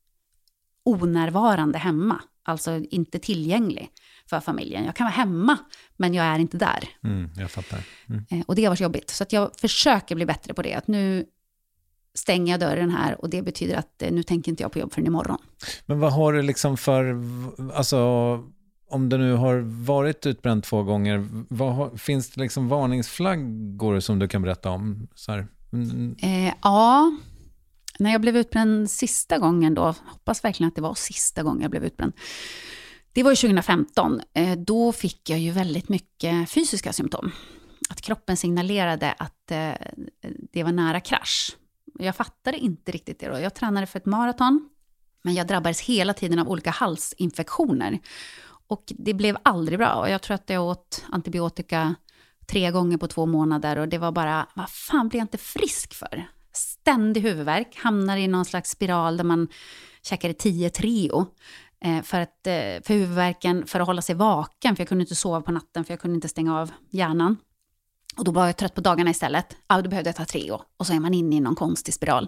onärvarande hemma. Alltså inte tillgänglig för familjen. Jag kan vara hemma, men jag är inte där. Mm, jag fattar. Mm. Eh, och det har varit jobbigt. Så att jag försöker bli bättre på det. Att nu stänger jag dörren här och det betyder att eh, nu tänker inte jag på jobb förrän imorgon. Men vad har du liksom för, alltså om du nu har varit utbränd två gånger, vad har, finns det liksom varningsflaggor som du kan berätta om? Så här? Mm. Eh, ja, när jag blev utbränd sista gången då, hoppas verkligen att det var sista gången jag blev utbränd. Det var ju tjugo femton, eh, då fick jag ju väldigt mycket fysiska symptom. Att kroppen signalerade att eh, det var nära krasch. Jag fattade inte riktigt det då. Jag tränade för ett maraton, men jag drabbades hela tiden av olika halsinfektioner. Och det blev aldrig bra. Och jag tror att jag åt antibiotika tre gånger på två månader. Och det var bara, vad fan blir jag inte frisk för? Ständig huvudvärk. Hamnar i någon slags spiral där man käkade tio Treo. Eh, för, att, eh, för huvudvärken, för att hålla sig vaken. För jag kunde inte sova på natten, för jag kunde inte stänga av hjärnan. Och då var jag trött på dagarna istället. Ja, då behövde jag ta Treo. Och så är man inne i någon konstig spiral.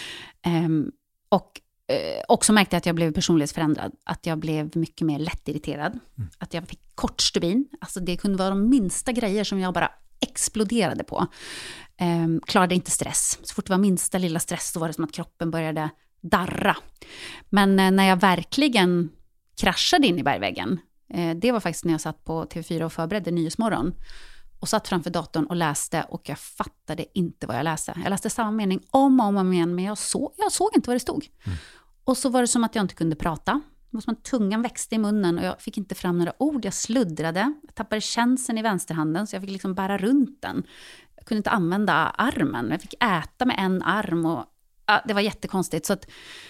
Um, och uh, också märkte jag att jag blev personlighetsförändrad. Att jag blev mycket mer lättirriterad. Mm. Att jag fick kort stubin. Alltså det kunde vara de minsta grejer som jag bara exploderade på. Um, klarade inte stress. Så fort det var minsta lilla stress så var det som att kroppen började darra. Men uh, när jag verkligen kraschade in i bergväggen. Uh, det var faktiskt när jag satt på T V fyra och förberedde Nyhetsmorgon. Och satt framför datorn och läste och jag fattade inte vad jag läste. Jag läste samma mening om och om igen, men jag såg, jag såg inte vad det stod. Mm. Och så var det som att jag inte kunde prata. Det var som att tungan växte i munnen och jag fick inte fram några ord. Jag sluddrade, jag tappade känseln i vänsterhanden så jag fick liksom bära runt den. Jag kunde inte använda armen, jag fick äta med en arm. Och, ja, det var jättekonstigt. Så att,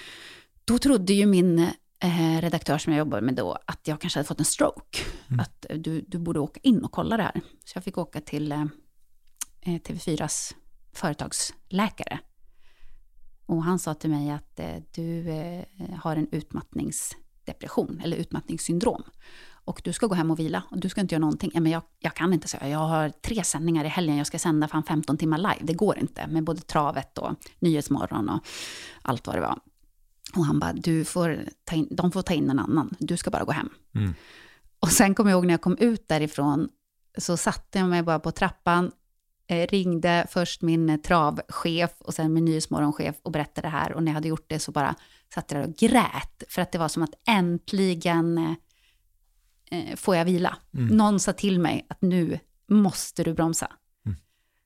då trodde ju min redaktör som jag jobbade med då att jag kanske hade fått en stroke. Mm. Att du, du borde åka in och kolla det här. Så jag fick åka till eh, T V fyras företagsläkare. Och han sa till mig att eh, du eh, har en utmattningsdepression eller utmattningssyndrom. Och du ska gå hem och vila och du ska inte göra någonting. Men jag, jag kan inte säga. Jag har tre sändningar i helgen. Jag ska sända fan femton timmar live. Det går inte med både travet och Nyhetsmorgon och allt vad det var. Och han bara, du får ta in, de får ta in en annan. Du ska bara gå hem. Mm. Och sen kom jag ihåg när jag kom ut därifrån så satte jag mig bara på trappan, eh, ringde först min travchef och sen min nyhetsmorgonchef och berättade det här. Och när jag hade gjort det så bara satt jag där och grät. För att det var som att äntligen eh, får jag vila. Mm. Någon sa till mig att nu måste du bromsa. Mm.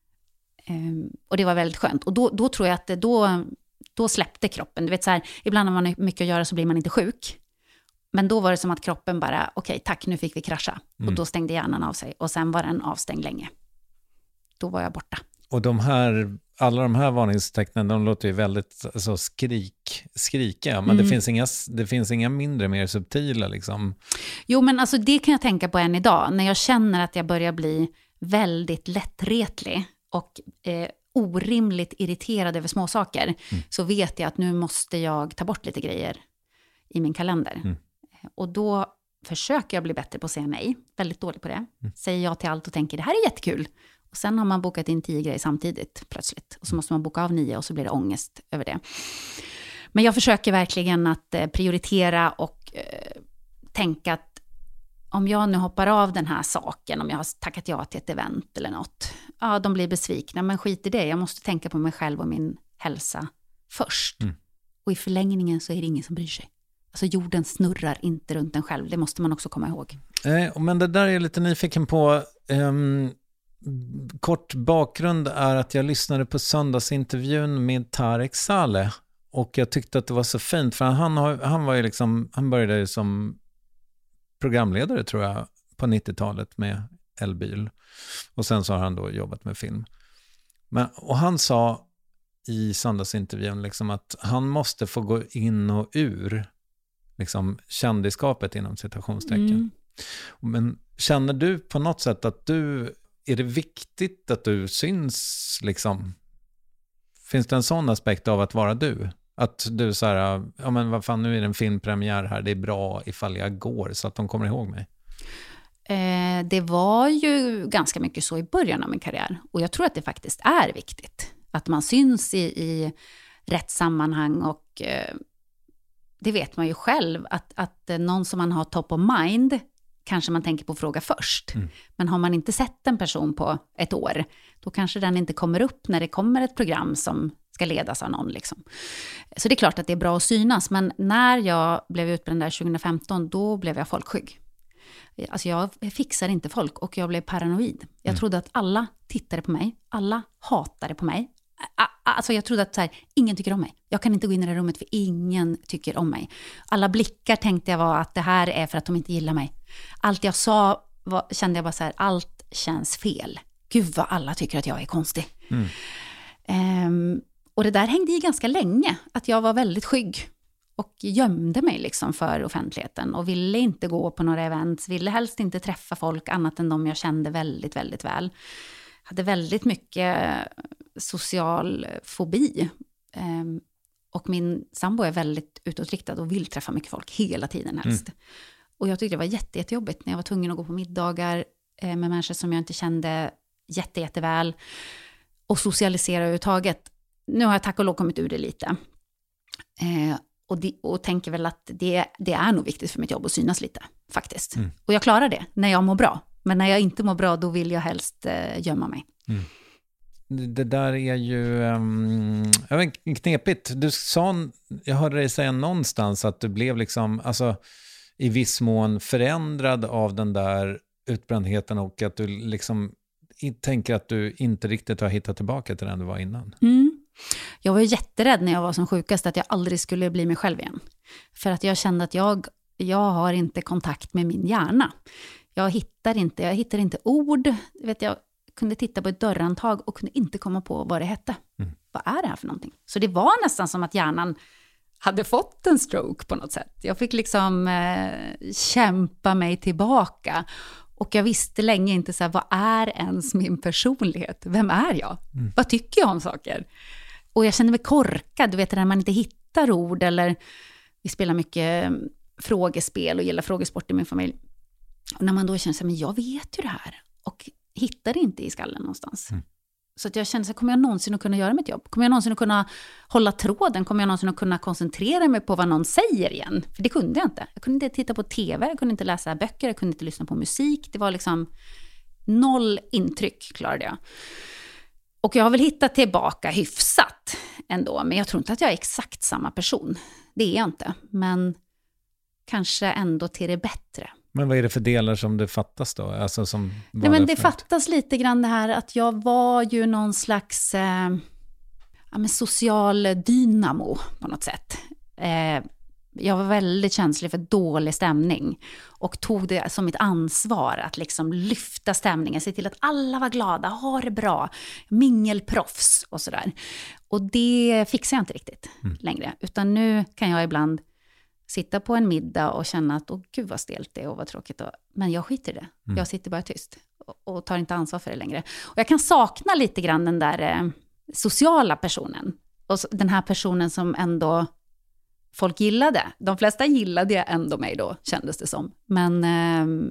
Eh, och det var väldigt skönt. Och då, då tror jag att det, då, då släppte kroppen. Du vet så här, ibland när man har mycket att göra så blir man inte sjuk. Men då var det som att kroppen bara, okej okay, tack, nu fick vi krascha. Mm. Och då stängde hjärnan av sig. Och sen var den avstängd länge. Då var jag borta. Och de här, alla de här varningstecknen, de låter ju väldigt alltså, skrik, skrika. Men mm. det, finns inga, det finns inga mindre, mer subtila liksom. Jo, men alltså det kan jag tänka på än idag. När jag känner att jag börjar bli väldigt lättretlig och eh, orimligt irriterad över små saker. Mm. Så vet jag att nu måste jag ta bort lite grejer i min kalender. Mm. Och då försöker jag bli bättre på att säga nej. Väldigt dålig på det. Mm. Säger jag till allt och tänker det här är jättekul. Och sen har man bokat in tio grejer samtidigt plötsligt. Och så måste man boka av nio och så blir det ångest över det. Men jag försöker verkligen att eh, prioritera och eh, tänka att om jag nu hoppar av den här saken, om jag har tackat ja till ett event eller något. Ja, de blir besvikna, men skit i det. Jag måste tänka på mig själv och min hälsa först. Mm. Och i förlängningen så är det ingen som bryr sig. Alltså jorden snurrar inte runt en själv. Det måste man också komma ihåg. Eh, men det där är jag lite nyfiken på. Um, kort bakgrund är att jag lyssnade på söndagsintervjun med Tarek Saleh. Och jag tyckte att det var så fint. För han, har, han var ju liksom, han började ju som programledare tror jag på nittiotalet med Elbyl. Och sen så har han då jobbat med film. Men, och han sa i söndagsintervjun liksom att han måste få gå in och ur liksom kändiskapet inom citationstecken. Mm. Men känner du på något sätt att du, är det viktigt att du syns liksom? Finns det en sån aspekt av att vara du? Att du så här, ja men vad fan, nu är det en filmpremiär här, det är bra ifall jag går så att de kommer ihåg mig. Eh, det var ju ganska mycket så i början av min karriär. Och jag tror att det faktiskt är viktigt. Att man syns i, i rätt sammanhang och eh, det vet man ju själv att, att någon som man har top of mind kanske man tänker på att fråga först. Mm. Men har man inte sett en person på ett år, då kanske den inte kommer upp när det kommer ett program som ska ledas av någon. Liksom. Så det är klart att det är bra att synas, men när jag blev utbränd där tjugo femton, då blev jag folkskygg. Alltså jag fixar inte folk och jag blev paranoid. Jag mm. trodde att alla tittade på mig, alla hatade på mig. Alltså jag trodde att så här, ingen tycker om mig. Jag kan inte gå in i det här rummet för ingen tycker om mig. Alla blickar tänkte jag var att det här är för att de inte gillar mig. Allt jag sa var, kände jag bara så här, allt känns fel. Gud vad alla tycker att jag är konstig. Mm. Um, och det där hängde i ganska länge. Att jag var väldigt skygg. Och gömde mig liksom för offentligheten. Och ville inte gå på några events. Ville helst inte träffa folk annat än de jag kände väldigt, väldigt väl. Hade väldigt mycket social fobi. Um, och min sambo är väldigt utåtriktad och vill träffa mycket folk hela tiden helst. Mm. Och jag tyckte det var jätte, jättejobbigt när jag var tvungen att gå på middagar eh, med människor som jag inte kände jätte, jätteväl. Och socialisera överhuvudtaget. Nu har jag tack och lov kommit ur det lite. Eh, och, de, och tänker väl att det, det är nog viktigt för mitt jobb att synas lite, faktiskt. Mm. Och jag klarar det när jag mår bra. Men när jag inte mår bra, då vill jag helst eh, gömma mig. Mm. Det där är ju um, knepigt. Du sa, jag hörde dig säga någonstans att du blev liksom, alltså i viss mån förändrad av den där utbrändheten och att du liksom tänker att du inte riktigt har hittat tillbaka till den du var innan. Mm. Jag var jätterädd när jag var som sjukast att jag aldrig skulle bli mig själv igen. För att jag kände att jag, jag har inte kontakt med min hjärna. Jag hittar inte, jag hittar inte ord. Vet jag kunde titta på ett dörrantag och kunde inte komma på vad det hette. Mm. Vad är det här för någonting? Så det var nästan som att hjärnan hade fått en stroke på något sätt. Jag fick liksom eh, kämpa mig tillbaka. Och jag visste länge inte så här, vad är ens min personlighet? Vem är jag? Mm. Vad tycker jag om saker? Och jag kände mig korkad, du vet, när man inte hittar ord. Eller vi spelar mycket frågespel och gillar frågesport i min familj. Och när man då känner sig, men jag vet ju det här. Och hittar det inte i skallen någonstans. Mm. Så att jag kände, så kommer jag någonsin att kunna göra mitt jobb? Kommer jag någonsin att kunna hålla tråden? Kommer jag någonsin att kunna koncentrera mig på vad någon säger igen? För det kunde jag inte. Jag kunde inte titta på tv, jag kunde inte läsa böcker, jag kunde inte lyssna på musik. Det var liksom noll intryck, klarade jag. Och jag har väl hittat tillbaka hyfsat ändå. Men jag tror inte att jag är exakt samma person. Det är jag inte. Men kanske ändå till det bättre. Men vad är det för delar som det fattas då? Alltså som Nej, men det fattas lite grann det här att jag var ju någon slags eh, ja, men social dynamo på något sätt. Eh, jag var väldigt känslig för dålig stämning och tog det som mitt ansvar att liksom lyfta stämningen, se till att alla var glada, ha det bra, mingelproffs och sådär. Och det fixar jag inte riktigt mm. längre, utan nu kan jag ibland sitta på en middag och känna att åh gud vad stelt det är och vad tråkigt. Och, men jag skiter i det. Mm. Jag sitter bara tyst och, och tar inte ansvar för det längre. Och jag kan sakna lite grann den där eh, sociala personen. Och så, den här personen som ändå folk gillade. De flesta gillade ändå mig då, kändes det som. Men, eh,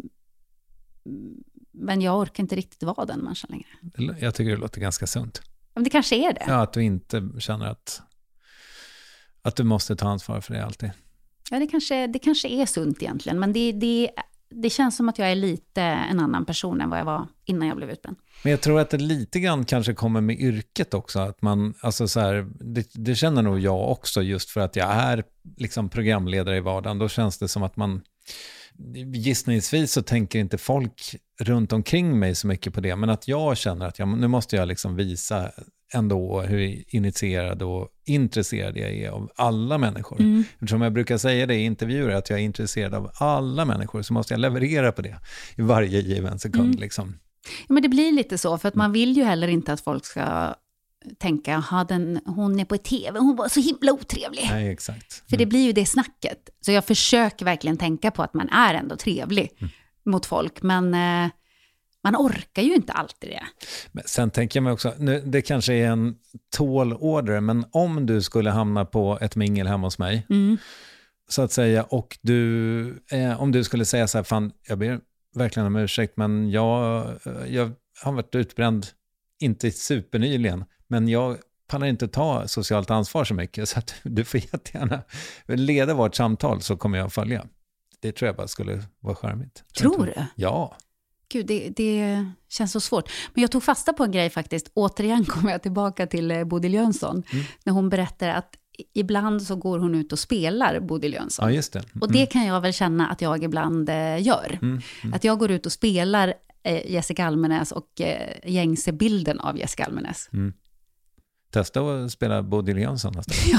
men jag orkar inte riktigt vara den människan längre. Jag tycker det låter ganska sunt. Men det kanske är det. Ja, att du inte känner att, att du måste ta ansvar för det alltid. Ja, det kanske, det kanske är sunt egentligen. Men det, det, det känns som att jag är lite en annan person än vad jag var innan jag blev utbränd. Men jag tror att det lite grann kanske kommer med yrket också. Att man, alltså så här, det, det känner nog jag också just för att jag är liksom programledare i vardagen. Då känns det som att man, gissningsvis så tänker inte folk runt omkring mig så mycket på det. Men att jag känner att jag, nu måste jag liksom visa ändå hur initierad och intresserad jag är av alla människor. Mm. Eftersom jag brukar säga det i intervjuer att jag är intresserad av alla människor, så måste jag leverera på det i varje given sekund. Mm. Liksom. Ja, men det blir lite så, för att man vill ju heller inte att folk ska tänka, den, hon är på tv, hon var så himla otrevlig. Nej, exakt. Mm. För det blir ju det snacket. Så jag försöker verkligen tänka på att man är ändå trevlig mm. mot folk, men eh, man orkar ju inte alltid det. Men sen tänker jag mig också, nu, det kanske är en tall order, men om du skulle hamna på ett mingel hemma hos mig, mm. så att säga, och du, eh, om du skulle säga så här, fan, jag ber verkligen om ursäkt, men jag, jag har varit utbränd, inte supernyligen, men jag pallar inte ta socialt ansvar så mycket, så att du får jättegärna leda vårt samtal, så kommer jag följa. Det tror jag bara skulle vara charmigt. Tror, tror du? Ja. Gud, det, det känns så svårt. Men jag tog fasta på en grej faktiskt. Återigen kommer jag tillbaka till Bodil Jönsson. Mm. När hon berättar att ibland så går hon ut och spelar Bodil Jönsson. Ja, just det. Mm. Och det kan jag väl känna att jag ibland eh, gör. Mm. Mm. Att jag går ut och spelar eh, Jessica Almenäs och eh, gängse bilden av Jessica Almenäs. Mm. Testa att spela Bodil Jönsson nästan. Ja.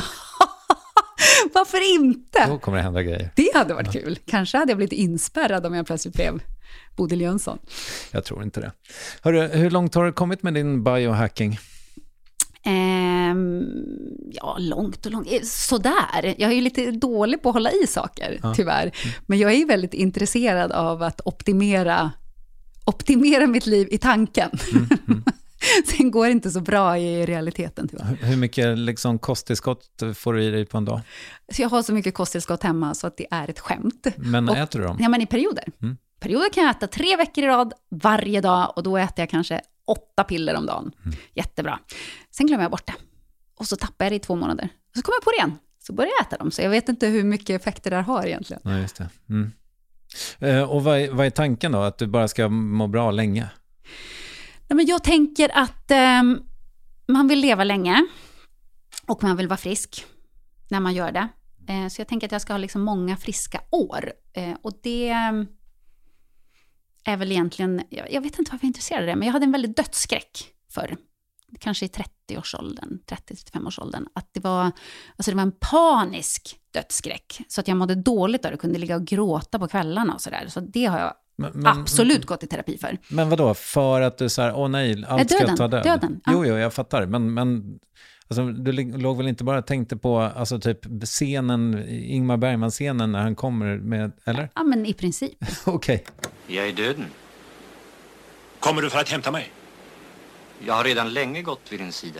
Varför inte? Då kommer det hända grejer. Det hade varit ja. kul. Kanske hade jag blivit inspärrad om jag plötsligt blev Bodil Jönsson. Jag tror inte det. Hörru, hur långt har du kommit med din biohacking? Um, ja, långt och långt. Sådär. Jag är ju lite dålig på att hålla i saker, ja. tyvärr. Mm. Men jag är väldigt intresserad av att optimera, optimera mitt liv i tanken. Mm. Mm. Sen går det inte så bra i realiteten, tyvärr. Hur mycket liksom kosttillskott får du i dig på en dag? Så jag har så mycket kosttillskott hemma så att det är ett skämt. Men och, äter du dem? Ja, men i perioder. Mm. Perioder kan jag äta tre veckor i rad varje dag, och då äter jag kanske åtta piller om dagen. Mm. Jättebra. Sen glömmer jag bort det. Och så tappar jag det i två månader. Och så kommer jag på det igen. Så börjar jag äta dem. Så jag vet inte hur mycket effekter det har egentligen. Ja, just det. Mm. Eh, och vad är, vad är tanken då? Att du bara ska må bra länge? Nej, men jag tänker att eh, man vill leva länge. Och man vill vara frisk när man gör det. Eh, så jag tänker att jag ska ha liksom många friska år. Eh, och det är väl egentligen, jag, jag vet inte varför jag är intresserad av det, men jag hade en väldigt dödsskräck för kanske i trettio-årsåldern, trettio till trettiofem-årsåldern, att det var, alltså det var en panisk dödsskräck, så att jag mådde dåligt och kunde ligga och gråta på kvällarna och sådär, så det har jag men, men, absolut gått i terapi för. Men vadå, för att du säger, åh nej, allt döden, ska ta död? Döden, ja. Jo, jo, jag fattar, men, men alltså, du låg väl inte bara tänkte på alltså, typ scenen, Ingmar Bergman-scenen när han kommer med, eller? Ja, men i princip. Okej. Okay. Jag är döden. Kommer du för att hämta mig? Jag har redan länge gått vid din sida.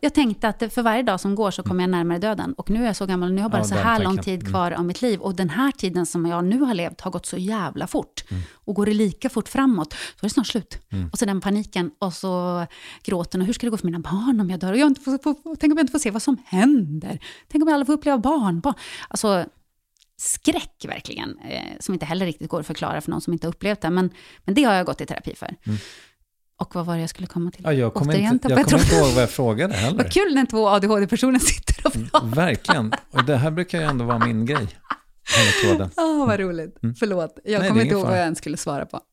jag tänkte att för varje dag som går så kommer jag närmare döden. Och nu är jag så gammal, nu har jag bara Ja, så den här tanken. lång tid kvar av mitt liv. Och den här tiden som jag nu har levt har gått så jävla fort. Mm. Och går det lika fort framåt, då är det snart slut. Mm. Och så den paniken, och så gråten. Och hur ska det gå för mina barn om jag dör? Och jag inte får, får, tänk om jag inte får se vad som händer. Tänk om jag aldrig får uppleva barnbarn. Alltså, skräck verkligen. Eh, som inte heller riktigt går att förklara för någon som inte har upplevt det. Men, men det har jag gått i terapi för. Mm. Och vad var det jag skulle komma till? Ja, jag kommer inte, jag kommer inte ihåg vad jag frågade heller. Vad kul när två A D H D-personer sitter och pratar. Verkligen. Och det här brukar ju ändå vara min grej. Ja, oh, vad roligt. Mm. Förlåt. Jag Nej, kommer inte ihåg vad jag än skulle svara på.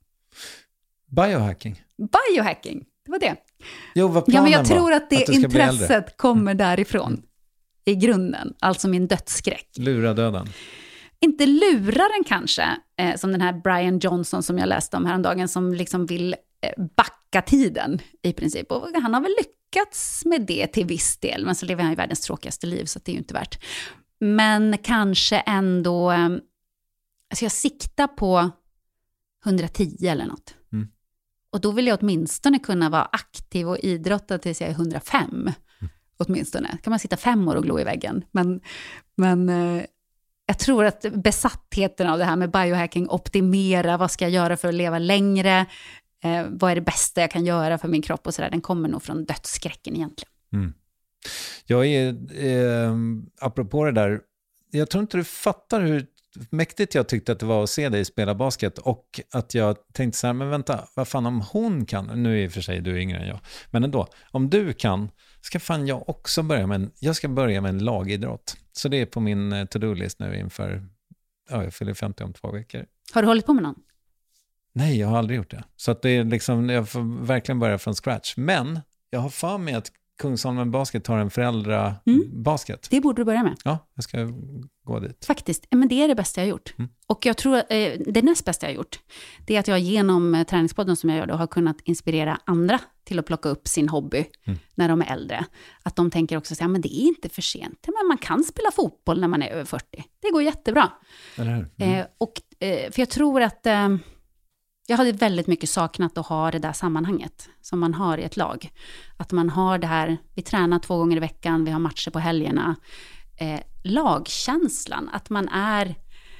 Biohacking. Biohacking, det var det. Jo, vad ja, men jag var, tror att det att intresset kommer därifrån. Mm. I grunden. Alltså min dödsskräck. Lura döden. Inte lura den kanske. Eh, som den här Brian Johnson som jag läste om häromdagen. Som liksom vill eh, backa tiden i princip. Och han har väl lyckats med det till viss del. Men så lever han i världens tråkigaste liv, så det är ju inte värt. Men kanske ändå... Eh, alltså jag siktar på hundratio eller något. Mm. Och då vill jag åtminstone kunna vara aktiv och idrotta tills jag är hundrafem. Mm. Åtminstone. Kan man sitta fem år och glo i väggen. Men, men eh, jag tror att besattheten av det här med biohacking, optimera, vad ska jag göra för att leva längre? Eh, vad är det bästa jag kan göra för min kropp och sådär, den kommer nog från dödsskräcken egentligen. Mm. Jag är, eh, apropå det där, jag tror inte du fattar hur mäktigt jag tyckte att det var att se dig spela basket, och att jag tänkte så här, men vänta, vad fan om hon kan, nu är i och för sig du är yngre än jag, men ändå, om du kan, ska fan jag också börja med en, jag ska börja med en lagidrott. Så det är på min to-do-list nu inför, ja, jag fyller femtio om två veckor. Har du hållit på med någon? Nej, jag har aldrig gjort det. Så att det är liksom, jag får verkligen börja från scratch. Men jag har för mig att Kungsholmen Basket har en föräldrabasket. Mm. Det borde du börja med. Ja, jag ska gå dit. Faktiskt, men det är det bästa jag har gjort. Mm. Och jag tror eh, det näst bästa jag har gjort, det är att jag genom eh, träningspodden som jag gör då har kunnat inspirera andra till att plocka upp sin hobby mm. när de är äldre. Att de tänker också så här, men det är inte för sent. Men man kan spela fotboll när man är över fyrtio. Det går jättebra. Eller hur? Mm. Eh, och, eh, för jag tror att eh, jag hade väldigt mycket saknat att ha det där sammanhanget som man har i ett lag. Att man har det här, vi tränar två gånger i veckan, vi har matcher på helgerna. Eh, lagkänslan, att man är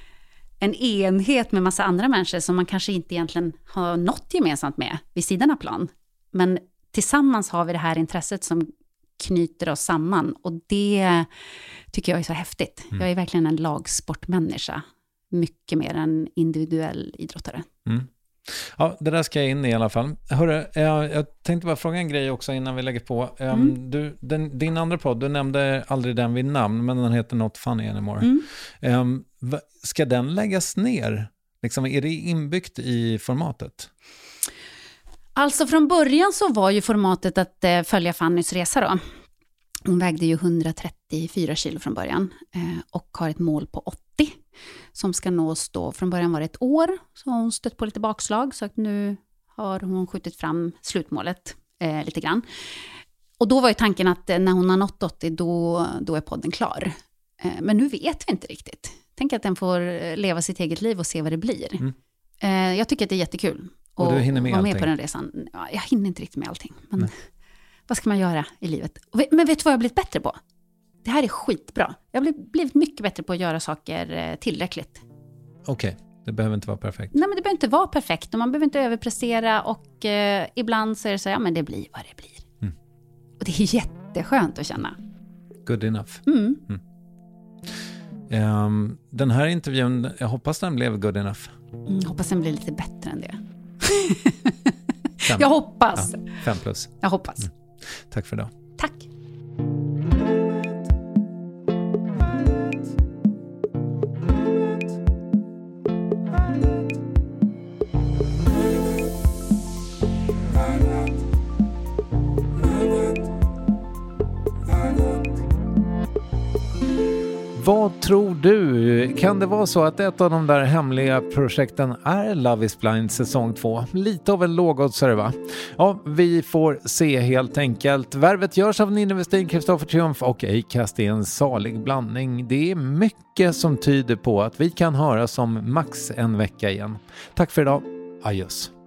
en enhet med massa andra människor som man kanske inte egentligen har något gemensamt med vid sidan av plan. Men tillsammans har vi det här intresset som knyter oss samman, och det tycker jag är så häftigt. Mm. Jag är verkligen en lagsportmänniska, mycket mer än individuell idrottare. Mm. Ja, det där ska jag in i alla fall. Hörru, jag, jag tänkte bara fråga en grej också innan vi lägger på. Um, mm. du, den, din andra podd, du nämnde aldrig den vid namn, men den heter Not Funny Anymore. Mm. Um, va, ska den läggas ner? Liksom, är det inbyggt i formatet? Alltså från början så var ju formatet att eh, följa Fannys resa då. Hon vägde ju hundratrettiofyra kilo från början eh, och har ett mål på åttio som ska nås då. Från början var det ett år, så har hon stött på lite bakslag, så att nu har hon skjutit fram slutmålet eh, lite grann. Och då var ju tanken att eh, när hon har nått åttio, då, då är podden klar. Eh, men nu vet vi inte riktigt. Tänk att den får leva sitt eget liv och se vad det blir. Mm. Eh, jag tycker att det är jättekul. Och, och du hinner med vara med allting. På den resan. Ja, jag hinner inte riktigt med allting. Men Nej. Vad ska man göra i livet? Men vet du vad jag har blivit bättre på? Det här är skitbra. Jag har blivit mycket bättre på att göra saker tillräckligt. Okej, okay. Det behöver inte vara perfekt. Nej, men det behöver inte vara perfekt. Och man behöver inte överprestera. Och eh, ibland så är det så, ja men det blir vad det blir. Mm. Och det är jätteskönt att känna. Good enough. Mm. Mm. Um, den här intervjun, jag hoppas den blev good enough. Mm, hoppas den blir lite bättre än det. Jag hoppas. Ja, fem plus. Jag hoppas. Mm. Tack för det. Tack. Vad tror du? Kan det vara så att ett av de där hemliga projekten är Love is Blind säsong två? Lite av en lågoddsare, va? Ja, vi får se helt enkelt. Värvet görs av Ninni Westin, Kristoffer Triumf och Acast är en salig blandning. Det är mycket som tyder på att vi kan höras om max en vecka igen. Tack för idag. Adjöss.